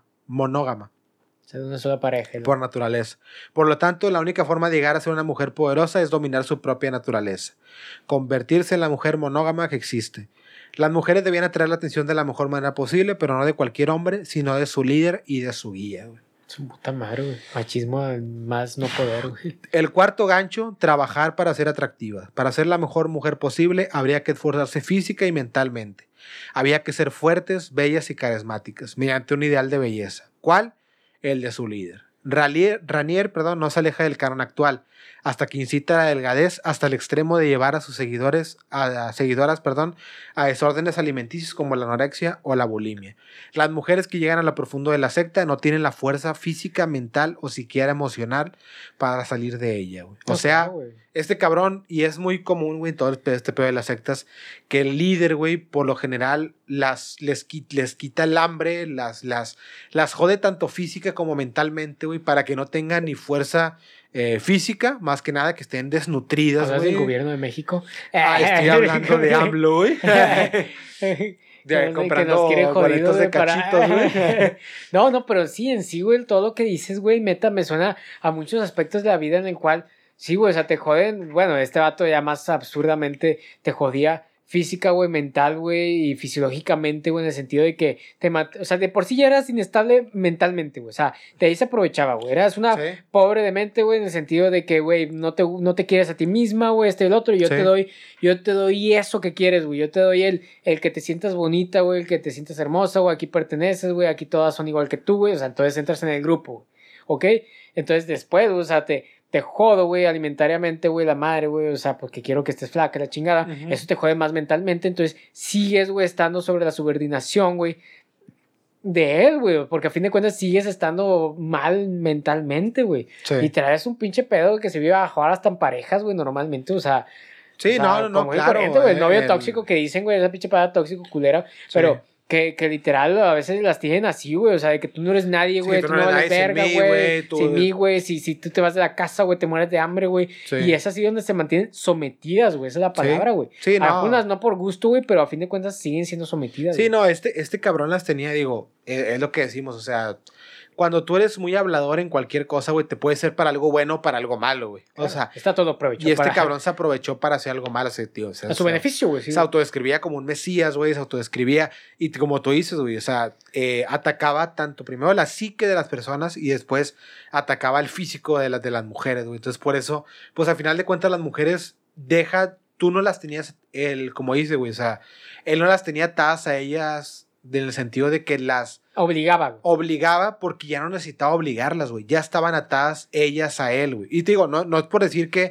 O sea, de una sola pareja, ¿no? Por naturaleza. Por lo tanto, la única forma de llegar a ser una mujer poderosa es dominar su propia naturaleza, convertirse en la mujer monógama que existe. Las mujeres debían atraer la atención de la mejor manera posible, pero no de cualquier hombre, sino de su líder y de su guía, güey. Su puta madre, güey. Machismo más no poder, güey. El cuarto gancho, trabajar para ser atractiva. Para ser la mejor mujer posible, habría que esforzarse física y mentalmente. Había que ser fuertes, bellas y carismáticas, mediante un ideal de belleza. ¿Cuál? El de su líder. Ranier, no se aleja del canon actual, hasta que incita a la delgadez hasta el extremo de llevar a sus seguidoras a desórdenes alimenticios como la anorexia o la bulimia. Las mujeres que llegan a lo profundo de la secta no tienen la fuerza física, mental o siquiera emocional para salir de ella, güey. O sea, este cabrón, y es muy común, güey, todo este pedo de las sectas, que el líder, güey, por lo general les quita el hambre, las jode tanto física como mentalmente, güey, para que no tengan ni fuerza física, más que nada que estén desnutridas, güey. ¿Hablas del gobierno de México? Estoy hablando de AMLO, güey. Comprando boletos de cachitos, güey. No, pero sí, en sí, güey, todo lo que dices, güey, me suena a muchos aspectos de la vida en el cual, sí, güey, o sea, te joden, bueno, este vato ya más absurdamente te jodía física, güey, mental, güey, y fisiológicamente, güey, en el sentido de que o sea, de por sí ya eras inestable mentalmente, güey, o sea, de ahí se aprovechaba, güey, eras una pobre de mente, güey, en el sentido de que, güey, no te quieres a ti misma, güey, y el otro, y yo te doy eso que quieres, güey, yo te doy el que te sientas bonita, güey, el que te sientas hermosa, güey, aquí perteneces, güey, aquí todas son igual que tú, güey, o sea, entonces entras en el grupo, ¿ok? Entonces después, güey, o sea, te jodo, güey, alimentariamente, güey, la madre, güey, o sea, porque quiero que estés flaca, la chingada, eso te jode más mentalmente, entonces sigues, güey, estando sobre la subordinación, güey, de él, güey, porque a fin de cuentas sigues estando mal mentalmente, güey, y traes un pinche pedo que se vive a jugar hasta en parejas, güey, normalmente, o sea, sí, claro, güey, el novio tóxico que dicen, güey, esa pinche parada tóxico culera, pero que literal a veces las tienen así, güey, o sea, de que tú no eres nadie, güey, tú no vales verga, güey, sin mí, güey, si tú te vas de la casa, güey, te mueres de hambre, güey, y es así donde se mantienen sometidas, güey, esa es la palabra, güey. Sí, no. Algunas no por gusto, güey, pero a fin de cuentas siguen siendo sometidas. Sí, no, este cabrón las tenía, digo, es lo que decimos, o sea, cuando tú eres muy hablador en cualquier cosa, güey, te puede ser para algo bueno o para algo malo, güey. Claro, o sea, está todo aprovechado. Y cabrón se aprovechó para hacer algo malo, ese tío. O sea, a su beneficio, güey. Sí, se autodescribía como un mesías, güey, se autodescribía. Y como tú dices, güey, o sea, atacaba tanto primero la psique de las personas y después atacaba el físico de las mujeres, güey. Entonces, por eso, pues al final de cuentas, las mujeres tú no las tenías, como dice, güey, o sea, él no las tenía atadas a ellas en el sentido de que las obligaba porque ya no necesitaba obligarlas, güey. Ya estaban atadas ellas a él, güey. Y te digo, no es por decir que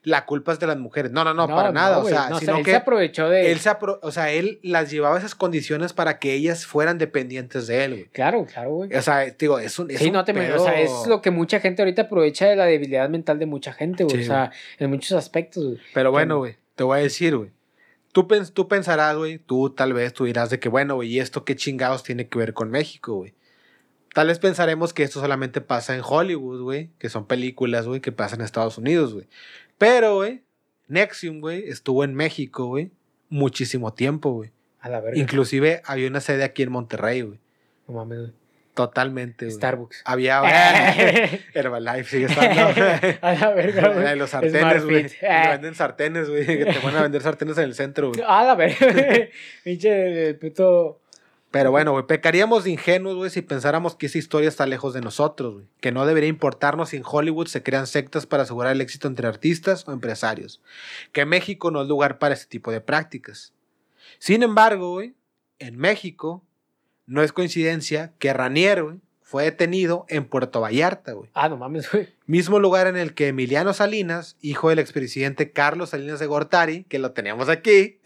la culpa es de las mujeres. No, para nada. O sea, sino él que se aprovechó de... Él las llevaba a esas condiciones para que ellas fueran dependientes de él, güey. Claro, güey. O sea, digo, es un pedo... O sea, es lo que mucha gente ahorita aprovecha de la debilidad mental de mucha gente, güey. Sí, o sea, en muchos aspectos, güey. Pero bueno, güey, te voy a decir, güey. Tú pensarás, güey, tú dirás de que, bueno, güey, ¿y esto qué chingados tiene que ver con México, güey? Tal vez pensaremos que esto solamente pasa en Hollywood, güey, que son películas, güey, que pasan en Estados Unidos, güey. Pero, güey, NXIVM, güey, estuvo en México, güey, muchísimo tiempo, güey. A la verga. Inclusive había una sede aquí en Monterrey, güey. No mames, güey. Totalmente, güey. Starbucks. Había Herbalife, sigue estando. A la verga, güey. Los sartenes, güey. Venden sartenes, güey. Que te van a vender sartenes en el centro, güey. A la verga. Pinche puto... Pero bueno, güey, pecaríamos de ingenuos, güey, si pensáramos que esa historia está lejos de nosotros, güey. Que no debería importarnos si en Hollywood se crean sectas para asegurar el éxito entre artistas o empresarios. Que México no es lugar para ese tipo de prácticas. Sin embargo, güey, en México no es coincidencia que Ranier, güey, fue detenido en Puerto Vallarta, güey. No mames, güey. Mismo lugar en el que Emiliano Salinas, hijo del expresidente Carlos Salinas de Gortari, que lo teníamos aquí,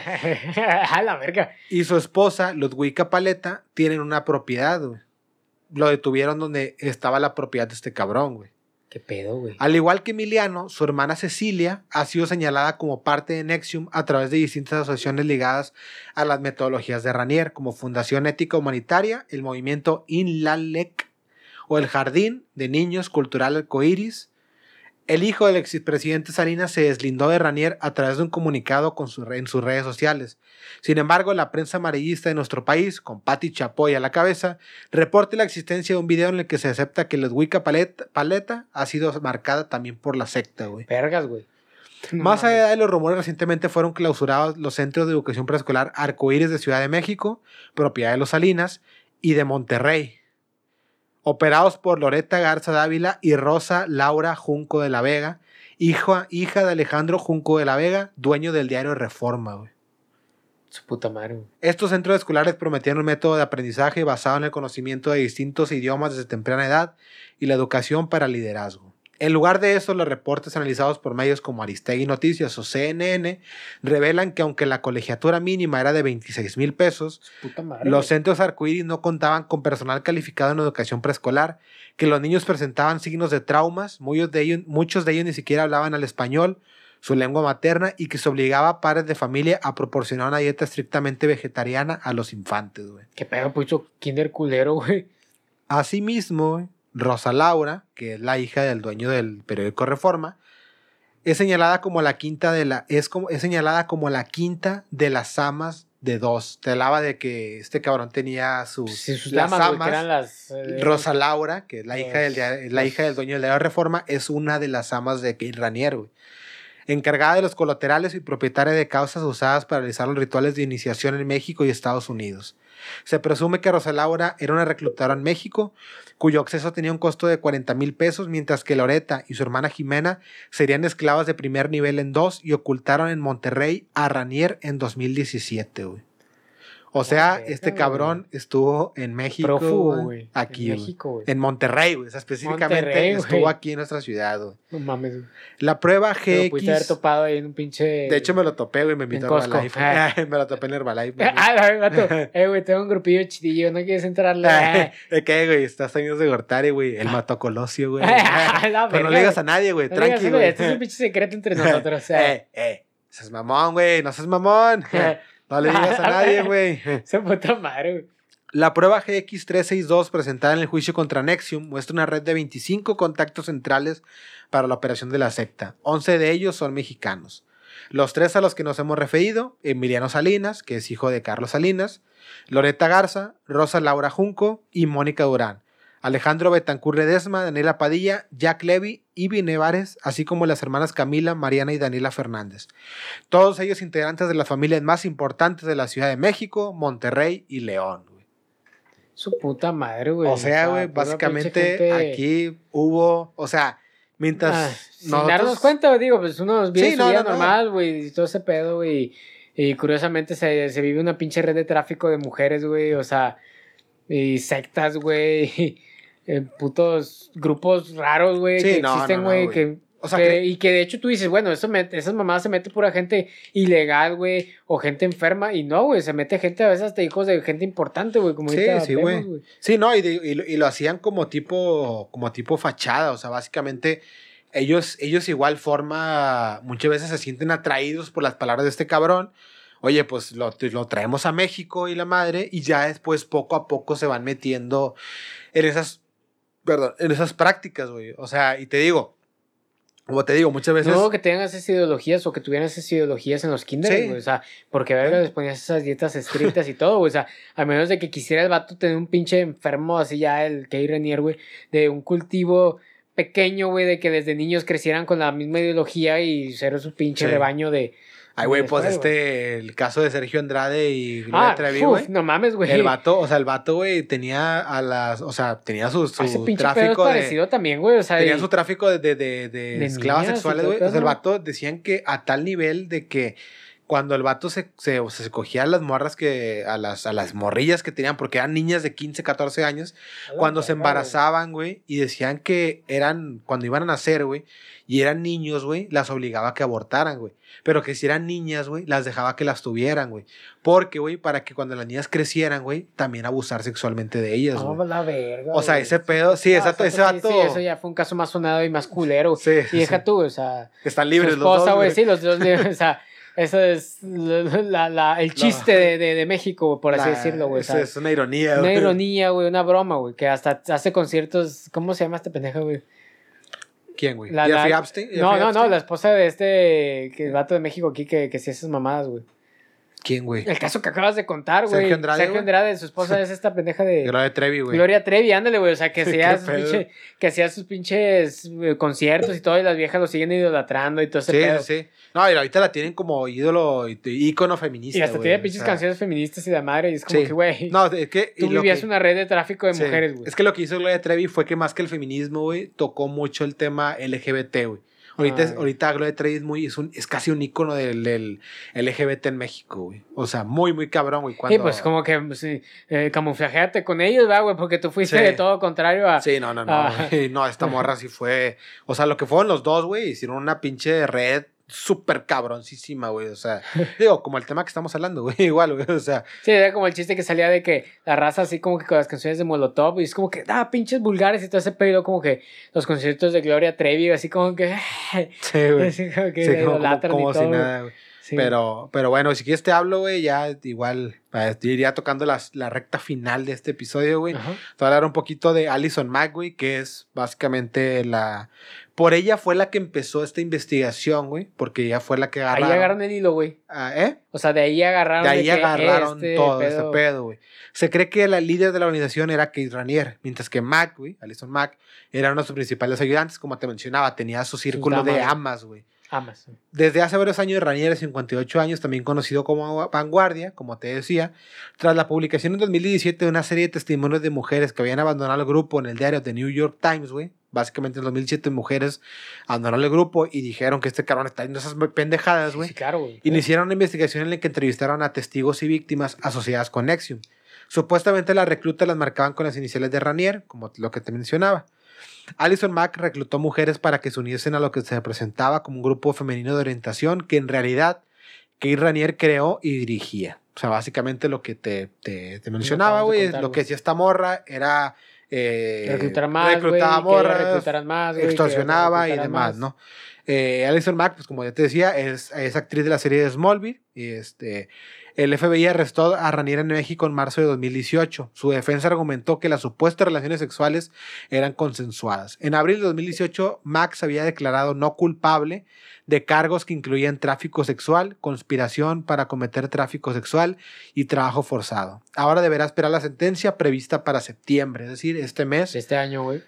a la verga, y su esposa, Ludwika Paleta, tienen una propiedad, güey. Lo detuvieron donde estaba la propiedad de este cabrón, güey. ¿Qué pedo, güey? Al igual que Emiliano, su hermana Cecilia ha sido señalada como parte de NXIVM a través de distintas asociaciones ligadas a las metodologías de Ranier, como Fundación Ética Humanitaria, el movimiento INLALEC o el Jardín de Niños Cultural Arcoíris. El hijo del expresidente Salinas se deslindó de Ranier a través de un comunicado en sus redes sociales. Sin embargo, la prensa amarillista de nuestro país, con Pati Chapoy a la cabeza, reporta la existencia de un video en el que se acepta que Ludwika Paleta ha sido marcada también por la secta, güey. Vergas, güey. Más allá de los rumores, recientemente fueron clausurados los centros de educación preescolar Arcoíris de Ciudad de México, propiedad de los Salinas, y de Monterrey, operados por Loreta Garza Dávila y Rosa Laura Junco de la Vega, hija de Alejandro Junco de la Vega, dueño del diario Reforma, güey. Su puta madre, güey. Estos centros escolares prometían un método de aprendizaje basado en el conocimiento de distintos idiomas desde temprana edad y la educación para liderazgo. En lugar de eso, los reportes analizados por medios como Aristegui Noticias o CNN revelan que aunque la colegiatura mínima era de 26,000 pesos, los centros arcoíris no contaban con personal calificado en educación preescolar, que los niños presentaban signos de traumas, muchos de ellos ni siquiera hablaban al español, su lengua materna, y que se obligaba a padres de familia a proporcionar una dieta estrictamente vegetariana a los infantes, güey. Qué pedo, pucho, kinder culero, güey. Asimismo, güey, Rosa Laura, que es la hija del dueño del periódico Reforma, es señalada como la quinta de las amas de dos. Te hablaba de que este cabrón tenía sus lamas, güey, que eran las... Rosa Laura, que es la hija del dueño del diario Reforma, es una de las amas de Kate Ranier, güey. Encargada de los colaterales y propietaria de causas usadas para realizar los rituales de iniciación en México y Estados Unidos. Se presume que Rosa Laura era una reclutadora en México, cuyo acceso tenía un costo de 40,000 pesos, mientras que Loreta y su hermana Jimena serían esclavas de primer nivel en 2 y ocultaron en Monterrey a Ranier en 2017, güey. O sea, este cabrón estuvo en México, prófugo, güey. Aquí, en México, güey. En Monterrey, güey. O sea, específicamente estuvo aquí en nuestra ciudad, güey. No mames, güey. La prueba GX... Lo pudiste haber topado ahí en un pinche... De hecho, me lo topé, güey. Me invitó a Herbalife. Me lo topé en Herbalife. Gato. Güey, tengo un grupillo chidillo. ¿No quieres entrarle? ¿De qué, güey? Estás años de Gortari, güey. Él mató a Colosio, güey. Pero no le digas a nadie, güey. Tranqui, güey. Este es un pinche secreto entre nosotros. Seas mamón, güey. No seas mamón. No le digas a nadie, güey. Esa puta madre, güey. La prueba GX362 presentada en el juicio contra NXIVM muestra una red de 25 contactos centrales para la operación de la secta. 11 de ellos son mexicanos. Los 3 a los que nos hemos referido: Emiliano Salinas, que es hijo de Carlos Salinas, Loreta Garza, Rosa Laura Junco y Mónica Durán, Alejandro Betancur Ledesma, Daniela Padilla, Jack Levy, Ivy Nevares, así como las hermanas Camila, Mariana y Daniela Fernández. Todos ellos integrantes de las familias más importantes de la Ciudad de México, Monterrey y León, güey. Su puta madre, güey. O sea, güey, básicamente aquí hubo, o sea, mientras sin darnos cuenta, güey, digo, pues uno vive su vida normal, güey, y todo ese pedo, güey, y curiosamente se vive una pinche red de tráfico de mujeres, güey, o sea, y sectas, güey, putos grupos raros, güey, que existen, güey, que... O sea, y que de hecho tú dices, bueno, esas mamadas se mete pura gente ilegal, güey, o gente enferma, y no, güey, se mete gente a veces hasta hijos de gente importante, güey, como sí, güey. Sí, no, y lo hacían como tipo fachada, o sea, básicamente ellos igual forma, muchas veces se sienten atraídos por las palabras de este cabrón. Oye, pues lo traemos a México y la madre, y ya después poco a poco se van metiendo en esas prácticas, güey. O sea, y te digo, como te digo, muchas veces... No, que tengan esas ideologías o que tuvieran esas ideologías en los kinders, güey. O sea, porque verga les ponías esas dietas estrictas y todo, güey. O sea, a menos de que quisiera el vato tener un pinche enfermo así ya, el Kate Raniere, güey, de un cultivo pequeño, güey, de que desde niños crecieran con la misma ideología y ser su pinche rebaño de... Ay, güey, pues el caso de Sergio Andrade y Gloria Trevi, güey. No mames, güey. El vato, güey, tenía tenía su tráfico de... parecido también, güey, o sea... Tenía su tráfico de esclavas sexuales, güey. O sea, el vato decían que a tal nivel de que cuando el vato se cogía a las morras a las morrillas que tenían, porque eran niñas de 15, 14 años, cuando se embarazaban, güey, y decían que cuando iban a nacer, güey, y eran niños, güey, las obligaba a que abortaran, güey. Pero que si eran niñas, güey, las dejaba que las tuvieran, güey. Porque, güey, para que cuando las niñas crecieran, güey, también abusar sexualmente de ellas, güey. No, la verga. O sea, ese pedo, sí, ese vato. Sí, eso ya fue un caso más sonado y más culero. Sí. Y deja tú, o sea. Están libres su esposa, los dos. Güey, sí, los dos libres, o sea. Eso es el chiste de México, por así decirlo, güey. Es una ironía, güey. Una ironía, güey, una broma, güey. Que hasta hace conciertos. ¿Cómo se llama esta pendeja, güey? ¿Quién, güey? ¿Jeffrey Epstein? No, la esposa de que el vato de México aquí que hacía esas mamadas, güey. ¿Quién, güey? El caso que acabas de contar, güey. Sergio Andrade, su esposa es esta pendeja de... Gloria Trevi, güey. Gloria Trevi, ándale, güey. O sea, que hacía sus pinches conciertos y todo, y las viejas lo siguen idolatrando y todo ese pedo. Sí. No, y ahorita la tienen como ícono feminista, y hasta tiene pinches canciones feministas y de madre, y es como que, güey... No, es que... Tú vivías una red de tráfico de mujeres, güey. Es que lo que hizo Gloria Trevi fue que más que el feminismo, güey, tocó mucho el tema LGBT, güey. Ahorita Gloria Trevi es casi un ícono del LGBT en México, güey. O sea, muy, muy cabrón, güey. Sí, pues como que camuflajeate con ellos, güey, porque tú fuiste de todo contrario a... Sí, no. No, esta morra sí fue... O sea, lo que fueron los dos, güey, hicieron una pinche red súper cabroncísima, güey. O sea, digo, como el tema que estamos hablando, güey, igual, güey. O sea... Sí, era como el chiste que salía de que la raza así como que con las canciones de Molotov, y es como que, pinches vulgares y todo ese pedo, como que los conciertos de Gloria Trevi, así como que... Sí, güey. Así como que idolatran como y todo, si nada, güey. Sí. Pero bueno, si quieres te hablo, güey, ya igual iría tocando la recta final de este episodio, güey. Te voy a hablar un poquito de Allison Mack, güey, que es básicamente por ella fue la que empezó esta investigación, güey, porque ella fue la que agarraron. Ahí agarraron el hilo, güey. O sea, de ahí agarraron. De ahí agarraron todo este pedo, güey. Se cree que la líder de la organización era Kate Raniere, mientras que Mack, güey, Allison Mack, era uno de sus principales ayudantes, como te mencionaba, tenía su círculo de amas, güey. Desde hace varios años, Raniere, 58 años, también conocido como Vanguardia, como te decía, tras la publicación en 2017 de una serie de testimonios de mujeres que habían abandonado el grupo en el diario The New York Times, güey. Básicamente en 2007 mujeres abandonaron el grupo y dijeron que este cabrón está haciendo esas pendejadas, güey. Sí, claro, güey. Iniciaron una investigación en la que entrevistaron a testigos y víctimas asociadas con Nexium. Supuestamente las reclutas las marcaban con las iniciales de Raniere, como lo que te mencionaba. Allison Mack reclutó mujeres para que se uniesen a lo que se presentaba como un grupo femenino de orientación que en realidad Kate Raniere creó y dirigía. O sea, básicamente lo que te mencionaba, güey, lo que decía esta morra era... reclutaba morras, extorsionaba y demás, ¿no? Allison Mack, pues como ya te decía, es actriz de la serie de Smallville y el FBI arrestó a Raniere en México en marzo de 2018. Su defensa argumentó que las supuestas relaciones sexuales eran consensuadas. En abril de 2018, Mack se había declarado no culpable de cargos que incluían tráfico sexual, conspiración para cometer tráfico sexual y trabajo forzado. Ahora deberá esperar la sentencia prevista para septiembre, es decir, este mes. Este año, güey.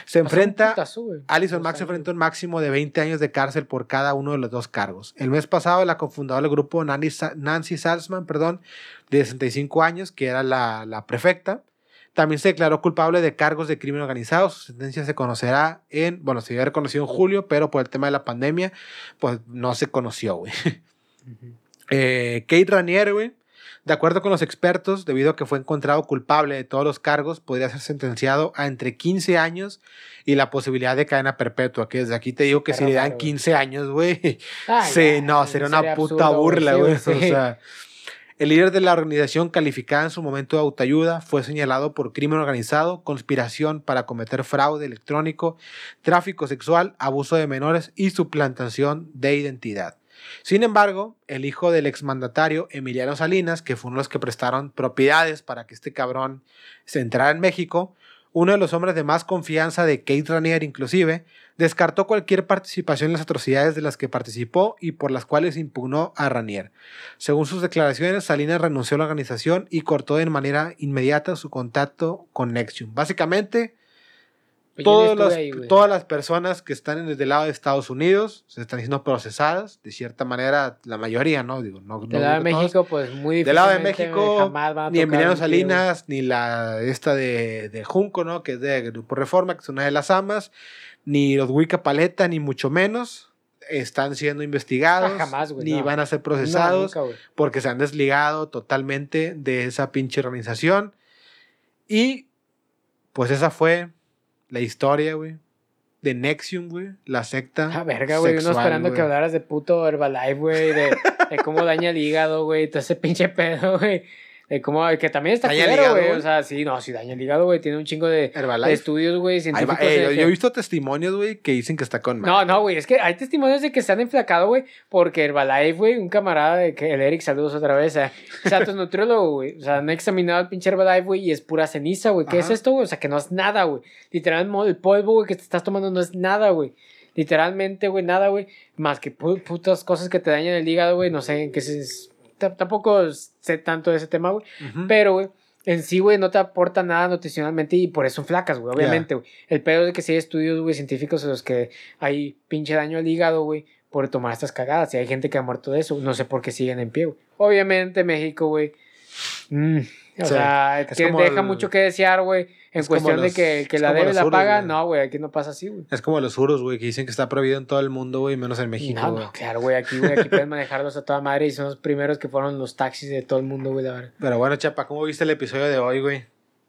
Allison Mack se enfrenta a un máximo de 20 años de cárcel por cada uno de los dos cargos. El mes pasado, la cofundadora del grupo, Nancy Salzman, de 65 años, que era la prefecta, también se declaró culpable de cargos de crimen organizado. Su sentencia se conocerá se había reconocido en julio, pero por el tema de la pandemia, pues no se conoció, güey. Kate Raniere, güey, De acuerdo con los expertos, debido a que fue encontrado culpable de todos los cargos, podría ser sentenciado a entre 15 años y la posibilidad de cadena perpetua. Que desde aquí te digo que si le dan 15 años, güey, no, sería una puta burla, güey. Sí. O sea, el líder de la organización, calificada en su momento de autoayuda, fue señalado por crimen organizado, conspiración para cometer fraude electrónico, tráfico sexual, abuso de menores y suplantación de identidad. Sin embargo, el hijo del exmandatario Emiliano Salinas, que fue uno de los que prestaron propiedades para que este cabrón se entrara en México, uno de los hombres de más confianza de Kate Raniere inclusive, descartó cualquier participación en las atrocidades de las que participó y por las cuales impugnó a Raniere. Según sus declaraciones, Salinas renunció a la organización y cortó de manera inmediata su contacto con NXIVM. Básicamente, todas las personas que están del lado de Estados Unidos se están siendo procesadas, de cierta manera, la mayoría, ¿no? Digo, del lado de México, pues muy difícil. Del lado de México, ni Emiliano Salinas, ni la esta de Junco, ¿no? Que es de Grupo Reforma, que es una de las amas, ni los Wicca Paleta, ni mucho menos están siendo investigados, ni van a ser procesados, nunca, porque se han desligado totalmente de esa pinche organización. Y pues esa fue la historia, güey, de NXIVM, güey, la secta. Ah, verga, güey, uno esperando que hablaras de puto Herbalife, güey, de cómo daña el hígado, güey, todo ese pinche pedo, güey. Como que también está culero, güey. O sea, sí, no, sí daña el hígado, güey. Tiene un chingo de estudios, güey, científicos. Yo he visto testimonios, güey, que dicen que está con madre. No, güey, es que hay testimonios de que se han enflacado, güey, porque Herbalife, güey, un camarada de que el Eric, saludos otra vez, Santos nutriólogo, güey. O sea, han examinado el pinche Herbalife, güey, y es pura ceniza, güey. ¿Qué es esto, güey? O sea, que no es nada, güey. Literalmente, el polvo, güey, que te estás tomando no es nada, güey. Literalmente, güey, nada, güey. Más que putas cosas que te dañan el hígado, güey. No sé en qué tampoco sé tanto de ese tema, güey. Pero, güey, en sí, güey, no te aporta nada nutricionalmente y por eso son flacas, güey, obviamente, güey. El pedo es que sí hay estudios, güey, científicos en los que hay pinche daño al hígado, güey, por tomar estas cagadas. Y hay gente que ha muerto de eso. No sé por qué siguen en pie, güey. Obviamente, México, güey. O sea, que deja mucho que desear, güey. En cuestión de que la debe la paga. Wey. No, güey, aquí no pasa así, güey. Es como los juros, güey, que dicen que está prohibido en todo el mundo, güey, menos en México. No, claro, güey, aquí pueden manejarlos a toda madre y son los primeros que fueron los taxis de todo el mundo, güey, la verdad. Pero bueno, Chapa, ¿cómo viste el episodio de hoy, güey?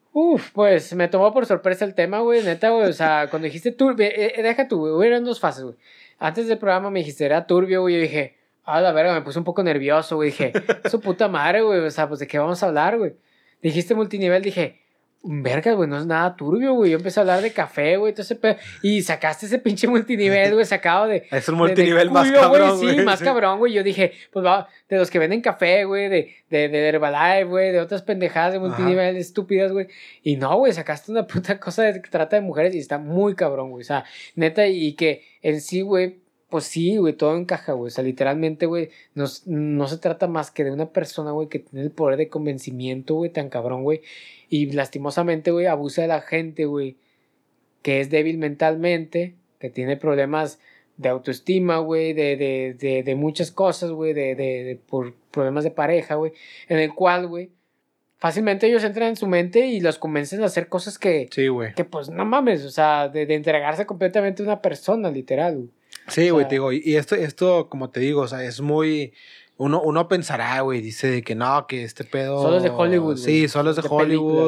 Pues me tomó por sorpresa el tema, güey, neta, güey. O sea, cuando dijiste turbio, deja tú, güey, hubieron dos fases, güey. Antes del programa me dijiste, era turbio, güey, yo dije, la verga, me puse un poco nervioso, güey. Dije, su puta madre, güey, o sea, pues de qué vamos a hablar, güey. Dijiste multinivel, dije, verga, güey, no es nada turbio, güey. Yo empecé a hablar de café, güey, todo ese pedo. Y sacaste ese pinche multinivel, güey, sacado de... Es un multinivel más cabrón, güey. Sí, más cabrón, güey. Yo dije, pues va, de los que venden café, güey, de Herbalife, güey, de otras pendejadas de multinivel estúpidas, güey. Y no, güey, sacaste una puta cosa que trata de mujeres y está muy cabrón, güey. O sea, neta, y que en sí, güey, pues sí, güey, todo encaja, güey. O sea, literalmente, güey, no se trata más que de una persona, güey, que tiene el poder de convencimiento, güey, tan cabrón, güey. Y lastimosamente, güey, abusa de la gente, güey, que es débil mentalmente, que tiene problemas de autoestima, güey, de muchas cosas, güey, por problemas de pareja, güey, en el cual, güey, fácilmente ellos entran en su mente y los convencen a hacer cosas que... Sí, güey. Que, pues, no mames, o sea, de entregarse completamente a una persona, literal, güey. Sí, güey, te digo, y esto, como te digo, o sea, es muy... Uno pensará, güey, dice de que no, que este pedo... Solo es de Hollywood, güey. Sí, solo es de Hollywood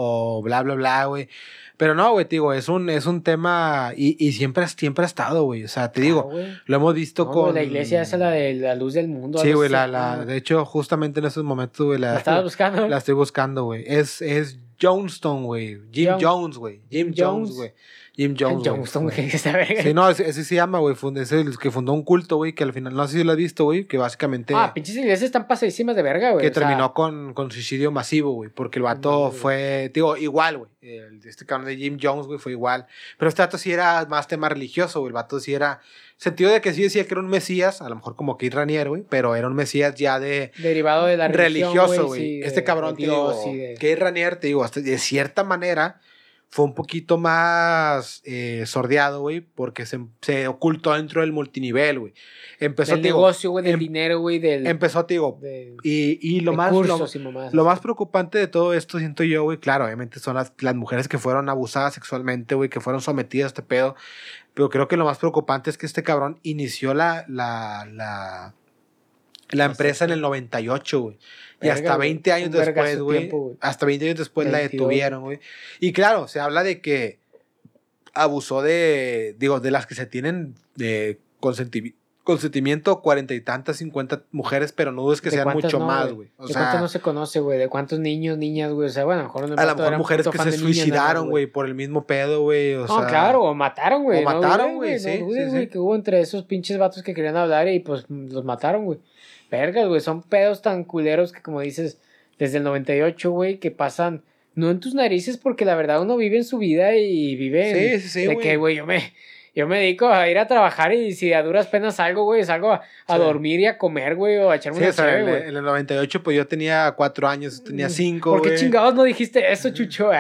o bla, bla, bla, güey. Pero no, güey, te digo, es un tema... Y siempre ha estado, güey. O sea, te digo, güey. Lo hemos visto con... La iglesia esa, la de la luz del mundo. Sí, güey, de hecho, justamente en estos momentos, güey... ¿La estabas buscando? La estoy buscando, güey. Es Jonestown, güey. Jim Jones, güey. Jim Jones, güey. Jim Jones, güey. Sí, no, ese se llama, güey. Es el que fundó un culto, güey, que al final, no sé si lo has visto, güey, que básicamente... Pinches iglesias están pasadísimas de verga, güey. Que terminó con suicidio masivo, güey, porque el vato fue, digo, igual, güey. Este cabrón de Jim Jones, güey, fue igual. Pero este vato sí era más tema religioso, güey. El vato sí era... Sentido de que sí decía que era un mesías, a lo mejor como Kate Raniere, güey, pero era un mesías ya de... Derivado de la religión, religioso, güey. Sí, este cabrón, te digo, Kate Raniere, te digo, hasta de cierta manera... fue un poquito más sordeado, güey, porque se ocultó dentro del multinivel, güey. Empezó, del negocio, güey, del dinero, güey, empezó, digo, y lo más preocupante de todo esto, siento yo, güey, claro, obviamente son las mujeres que fueron abusadas sexualmente, güey, que fueron sometidas a este pedo, pero creo que lo más preocupante es que este cabrón inició la empresa en el 98, güey. Y hasta 20 años después, güey. Hasta 20 años después 22. La detuvieron, güey. Y claro, se habla de que abusó de las que se tienen de consentimiento, 40 y tantas, 50 mujeres, pero no es que sean mucho más, güey. ¿De cuántos no se conoce, güey? ¿De cuántos niños, niñas, güey? O sea, bueno, a lo mejor mujeres que se suicidaron, güey, por el mismo pedo, güey. No, claro, o mataron, güey. O mataron, güey, sí. No dudes, güey, que hubo entre esos pinches vatos que querían hablar y pues los mataron, güey. Vergas, güey, son pedos tan culeros que, como dices, desde el 98, güey, que pasan no en tus narices, porque la verdad uno vive en su vida y vive sí, de que, güey, yo me dedico a ir a trabajar y si a duras penas salgo, güey, salgo a dormir y a comer, güey, o a echarme una chévere, güey. En el 98, pues yo tenía 4 años, tenía 5, ¿Por qué chingados no dijiste eso, Chucho?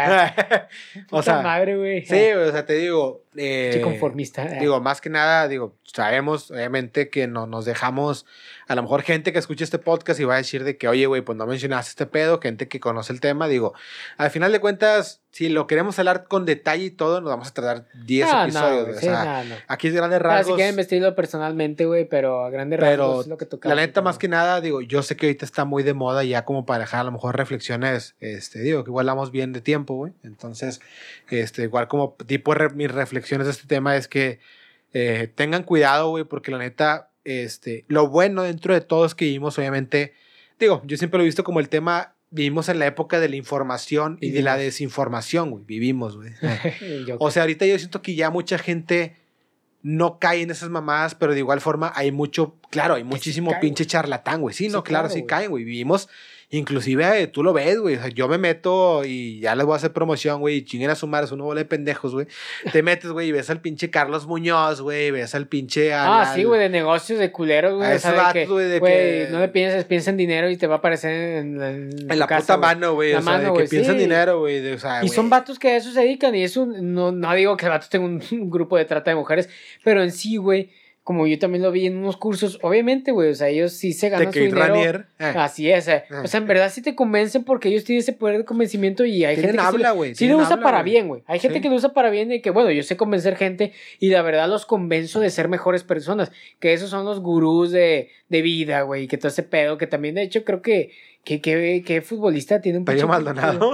O sea, madre, güey. Sí, o sea, te digo... conformista. Digo, más que nada, sabemos, obviamente, que no nos dejamos... A lo mejor gente que escuche este podcast y va a decir de que, oye, güey, pues no mencionaste este pedo, gente que conoce el tema, digo, al final de cuentas, si lo queremos hablar con detalle y todo, nos vamos a tardar 10 episodios. O sea, aquí es grandes rasgos. Si quieren vestirlo personalmente, güey, pero a grandes rasgos es lo que toca. La neta, más que nada, digo, yo sé que ahorita está muy de moda ya como para dejar a lo mejor reflexiones, digo, que igual vamos bien de tiempo, güey. Entonces, igual como tipo mis reflexiones de este tema es que tengan cuidado, güey, porque la neta, lo bueno dentro de todo es que vivimos, obviamente, digo, yo siempre lo he visto como el tema, vivimos en la época de la información y de la desinformación, güey, vivimos, güey. O sea, ahorita yo siento que ya mucha gente no cae en esas mamadas, pero de igual forma hay muchísimo pinche charlatán, güey. Sí, no, claro, sí caen, güey. Vivimos, inclusive tú lo ves, güey. O sea, yo me meto y ya les voy a hacer promoción, güey. Y chinguen a su madre, es una bola de pendejos, güey. Te metes, güey, y ves al pinche Carlos Muñoz, güey. Ves al pinche... sí, güey, de negocios, de culeros, güey. O sea, güey, no le piensa en dinero y te va a aparecer en la puta mano, güey. O sea, de que piensa en dinero, güey. Y son vatos que a eso se dedican. Y eso, no digo que el vato tenga un grupo de trata de mujeres, pero en sí, güey, como yo también lo vi en unos cursos, obviamente, güey, o sea, ellos sí se ganan su dinero. Así es, o sea, en verdad sí te convencen porque ellos tienen ese poder de convencimiento y hay gente que sí lo usa para bien, güey. Hay gente que lo usa para bien y que, bueno, yo sé convencer gente y la verdad los convenzo de ser mejores personas, que esos son los gurús de vida, güey, que todo ese pedo, que también, de hecho, creo que futbolista tiene un Pello Maldonado.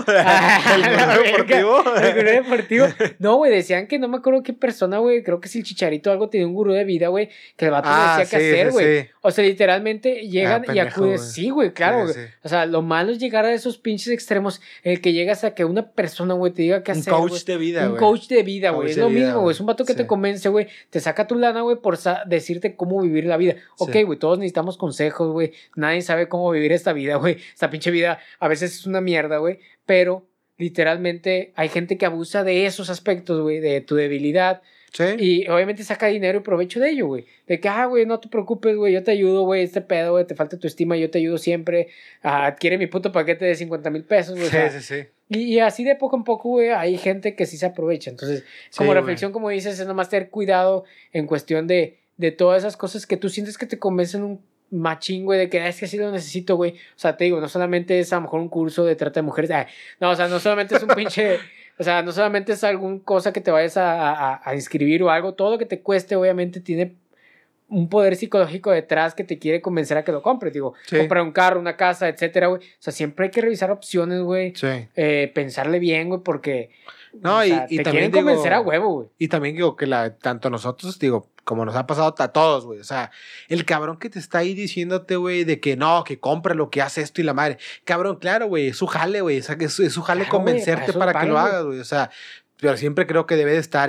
¿El gurú deportivo? No, güey, decían que no me acuerdo qué persona, güey, creo que si el Chicharito algo tiene un gurú de vida, güey, que el vato le decía qué hacer, güey. Sí. O sea, literalmente llegan y acuden. Sí, güey, claro. Sí. O sea, lo malo es llegar a esos pinches extremos en el que llegas a que una persona, güey, te diga qué hacer. Un coach de vida, güey. Un coach de vida, güey. Es lo mismo, güey. Es un vato que te convence, güey. Te saca tu lana, güey, por decirte cómo vivir la vida. Ok, güey, todos necesitamos consejos, güey. Nadie sabe cómo vivir esta vida, güey. Esta pinche vida a veces es una mierda, güey. Pero literalmente hay gente que abusa de esos aspectos, güey, de tu debilidad. Sí. Y obviamente saca dinero y provecho de ello, güey. De que, güey, no te preocupes, güey, yo te ayudo, güey, este pedo, güey, te falta tu estima, yo te ayudo siempre. Adquiere mi puto paquete de 50,000 pesos, güey. Sí. Y así de poco en poco, güey, hay gente que sí se aprovecha. Entonces, como reflexión, como dices, es nomás tener cuidado en cuestión de todas esas cosas que tú sientes que te convencen un machín, güey, de que es que sí lo necesito, güey. O sea, te digo, no solamente es a lo mejor un curso de trata de mujeres. No, o sea, no solamente es un pinche... O sea, no solamente es alguna cosa que te vayas a inscribir o algo. Todo lo que te cueste, obviamente, tiene un poder psicológico detrás que te quiere convencer a que lo compres. Digo, comprar un carro, una casa, etcétera, güey. O sea, siempre hay que revisar opciones, güey. Sí. Pensarle bien, güey, porque... No, o sea, y te también quieren convencer a huevo, güey. Y también digo que tanto nosotros, digo, como nos ha pasado a todos, güey. O sea, el cabrón que te está ahí diciéndote, güey, de que no, que compra lo que hace esto y la madre. Cabrón, claro, güey, es su jale, güey. O sea, que es su jale convencerte para que lo hagas, güey. O sea, pero siempre creo que debe de estar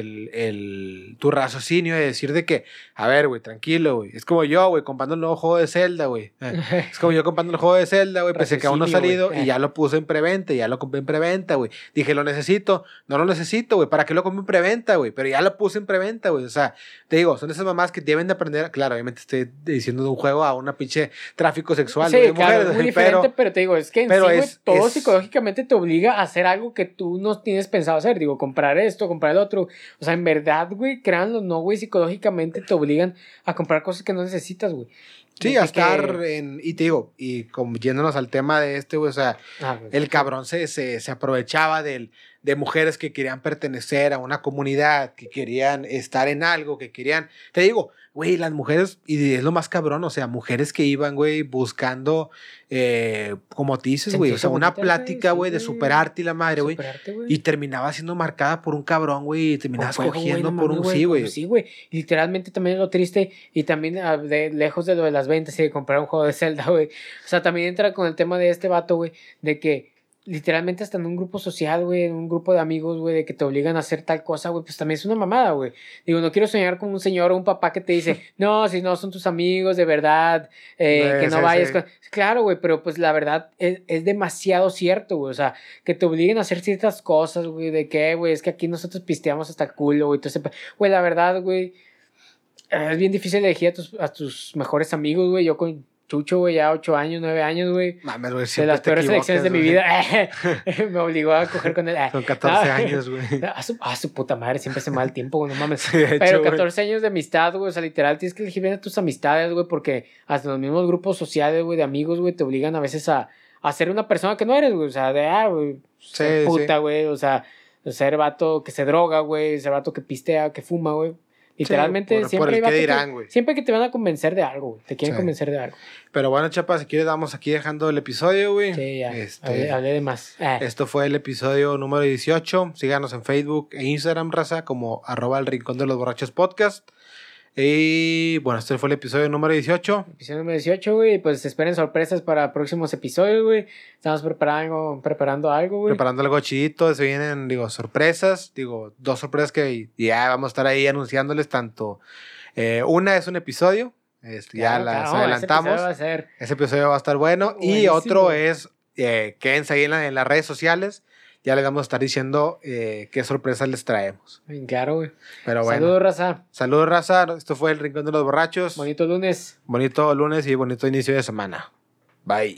tu raciocinio de decir de que, a ver, güey, tranquilo, güey. Es como yo, güey, comprando el nuevo juego de Zelda, güey. Es como yo comprando el juego de Zelda, güey, pensé que aún no ha salido y ya lo puse en preventa, ya lo compré en preventa, güey. Dije, ¿lo necesito? No lo necesito, güey. ¿Para qué lo compré en preventa, güey? Pero ya lo puse en preventa, güey. O sea, te digo, son esas mamás que deben de aprender. Claro, obviamente estoy diciendo de un juego a una pinche tráfico sexual. Sí, de claro, mujeres, es muy diferente, pero te digo, es que en sí, güey, todo psicológicamente te obliga a hacer algo que tú no tienes pensado hacer. Digo, comprar esto, comprar el otro. O sea, en verdad, güey, créanlo, no, güey, psicológicamente te obligan a comprar cosas que no necesitas, güey. Sí, a estar en... Y te digo, y como yéndonos al tema de güey, o sea, pues, el cabrón se aprovechaba de mujeres que querían pertenecer a una comunidad, que querían estar en algo, que querían... Te digo, güey, las mujeres, y es lo más cabrón, o sea, mujeres que iban, güey, buscando, como te dices, güey, o sea, una plática, güey, de superarte y la madre, güey, y terminaba siendo marcada por un cabrón, güey, y terminabas cogiendo por un sí, güey. Sí, güey, literalmente también es lo triste, y también lejos de lo de las ventas y de comprar un juego de Zelda, güey, o sea, también entra con el tema de este vato, güey, de que literalmente hasta en un grupo social, güey, en un grupo de amigos, güey, de que te obligan a hacer tal cosa, güey, pues también es una mamada, güey. Digo, no quiero soñar con un señor o un papá que te dice, no, si no son tus amigos, de verdad, que no vayas con... Claro, güey, pero pues la verdad es demasiado cierto, güey, o sea, que te obliguen a hacer ciertas cosas, güey, de que, güey, es que aquí nosotros pisteamos hasta el culo, güey, entonces, güey, la verdad, güey, es bien difícil elegir a tus mejores amigos, güey, yo con Chucho, güey, ya 8 años, 9 años, güey. Mames, güey, de las peores elecciones de mi vida. Me obligó a coger con él. Son 14 años, güey. A su puta madre, siempre se me va el tiempo, güey, no mames. Sí, pero 14 años de amistad, güey, o sea, literal, tienes que elegir bien a tus amistades, güey, porque hasta los mismos grupos sociales, güey, de amigos, güey, te obligan a veces a ser una persona que no eres, güey, o sea, güey, ser puta, güey, o sea, ser vato que se droga, güey, ser vato que pistea, que fuma, güey. Literalmente sí, siempre siempre que te van a convencer de algo, güey. Te quieren convencer de algo. Pero bueno, chapa, si quieres vamos aquí dejando el episodio, güey. Sí, ya. Hablé de más. Esto fue el episodio número 18. Síganos en Facebook e Instagram, raza, como @el Rincón de los Borrachos Podcast. Y bueno, este fue el episodio número 18. Episodio número 18, güey. Pues esperen sorpresas para próximos episodios, güey. Estamos preparando algo, güey. Preparando algo chidito. Se vienen, sorpresas. 2 sorpresas que ya vamos a estar ahí anunciándoles tanto. Una es un episodio. Ya las adelantamos. Ese episodio va a estar bueno. Buenísimo. Y otro es, quédense ahí en las redes sociales. Ya les vamos a estar diciendo qué sorpresas les traemos. Claro, güey. Pero bueno. Saludos, raza. Saludos, raza. Esto fue el Rincón de los Borrachos. Bonito lunes. Bonito lunes y bonito inicio de semana. Bye.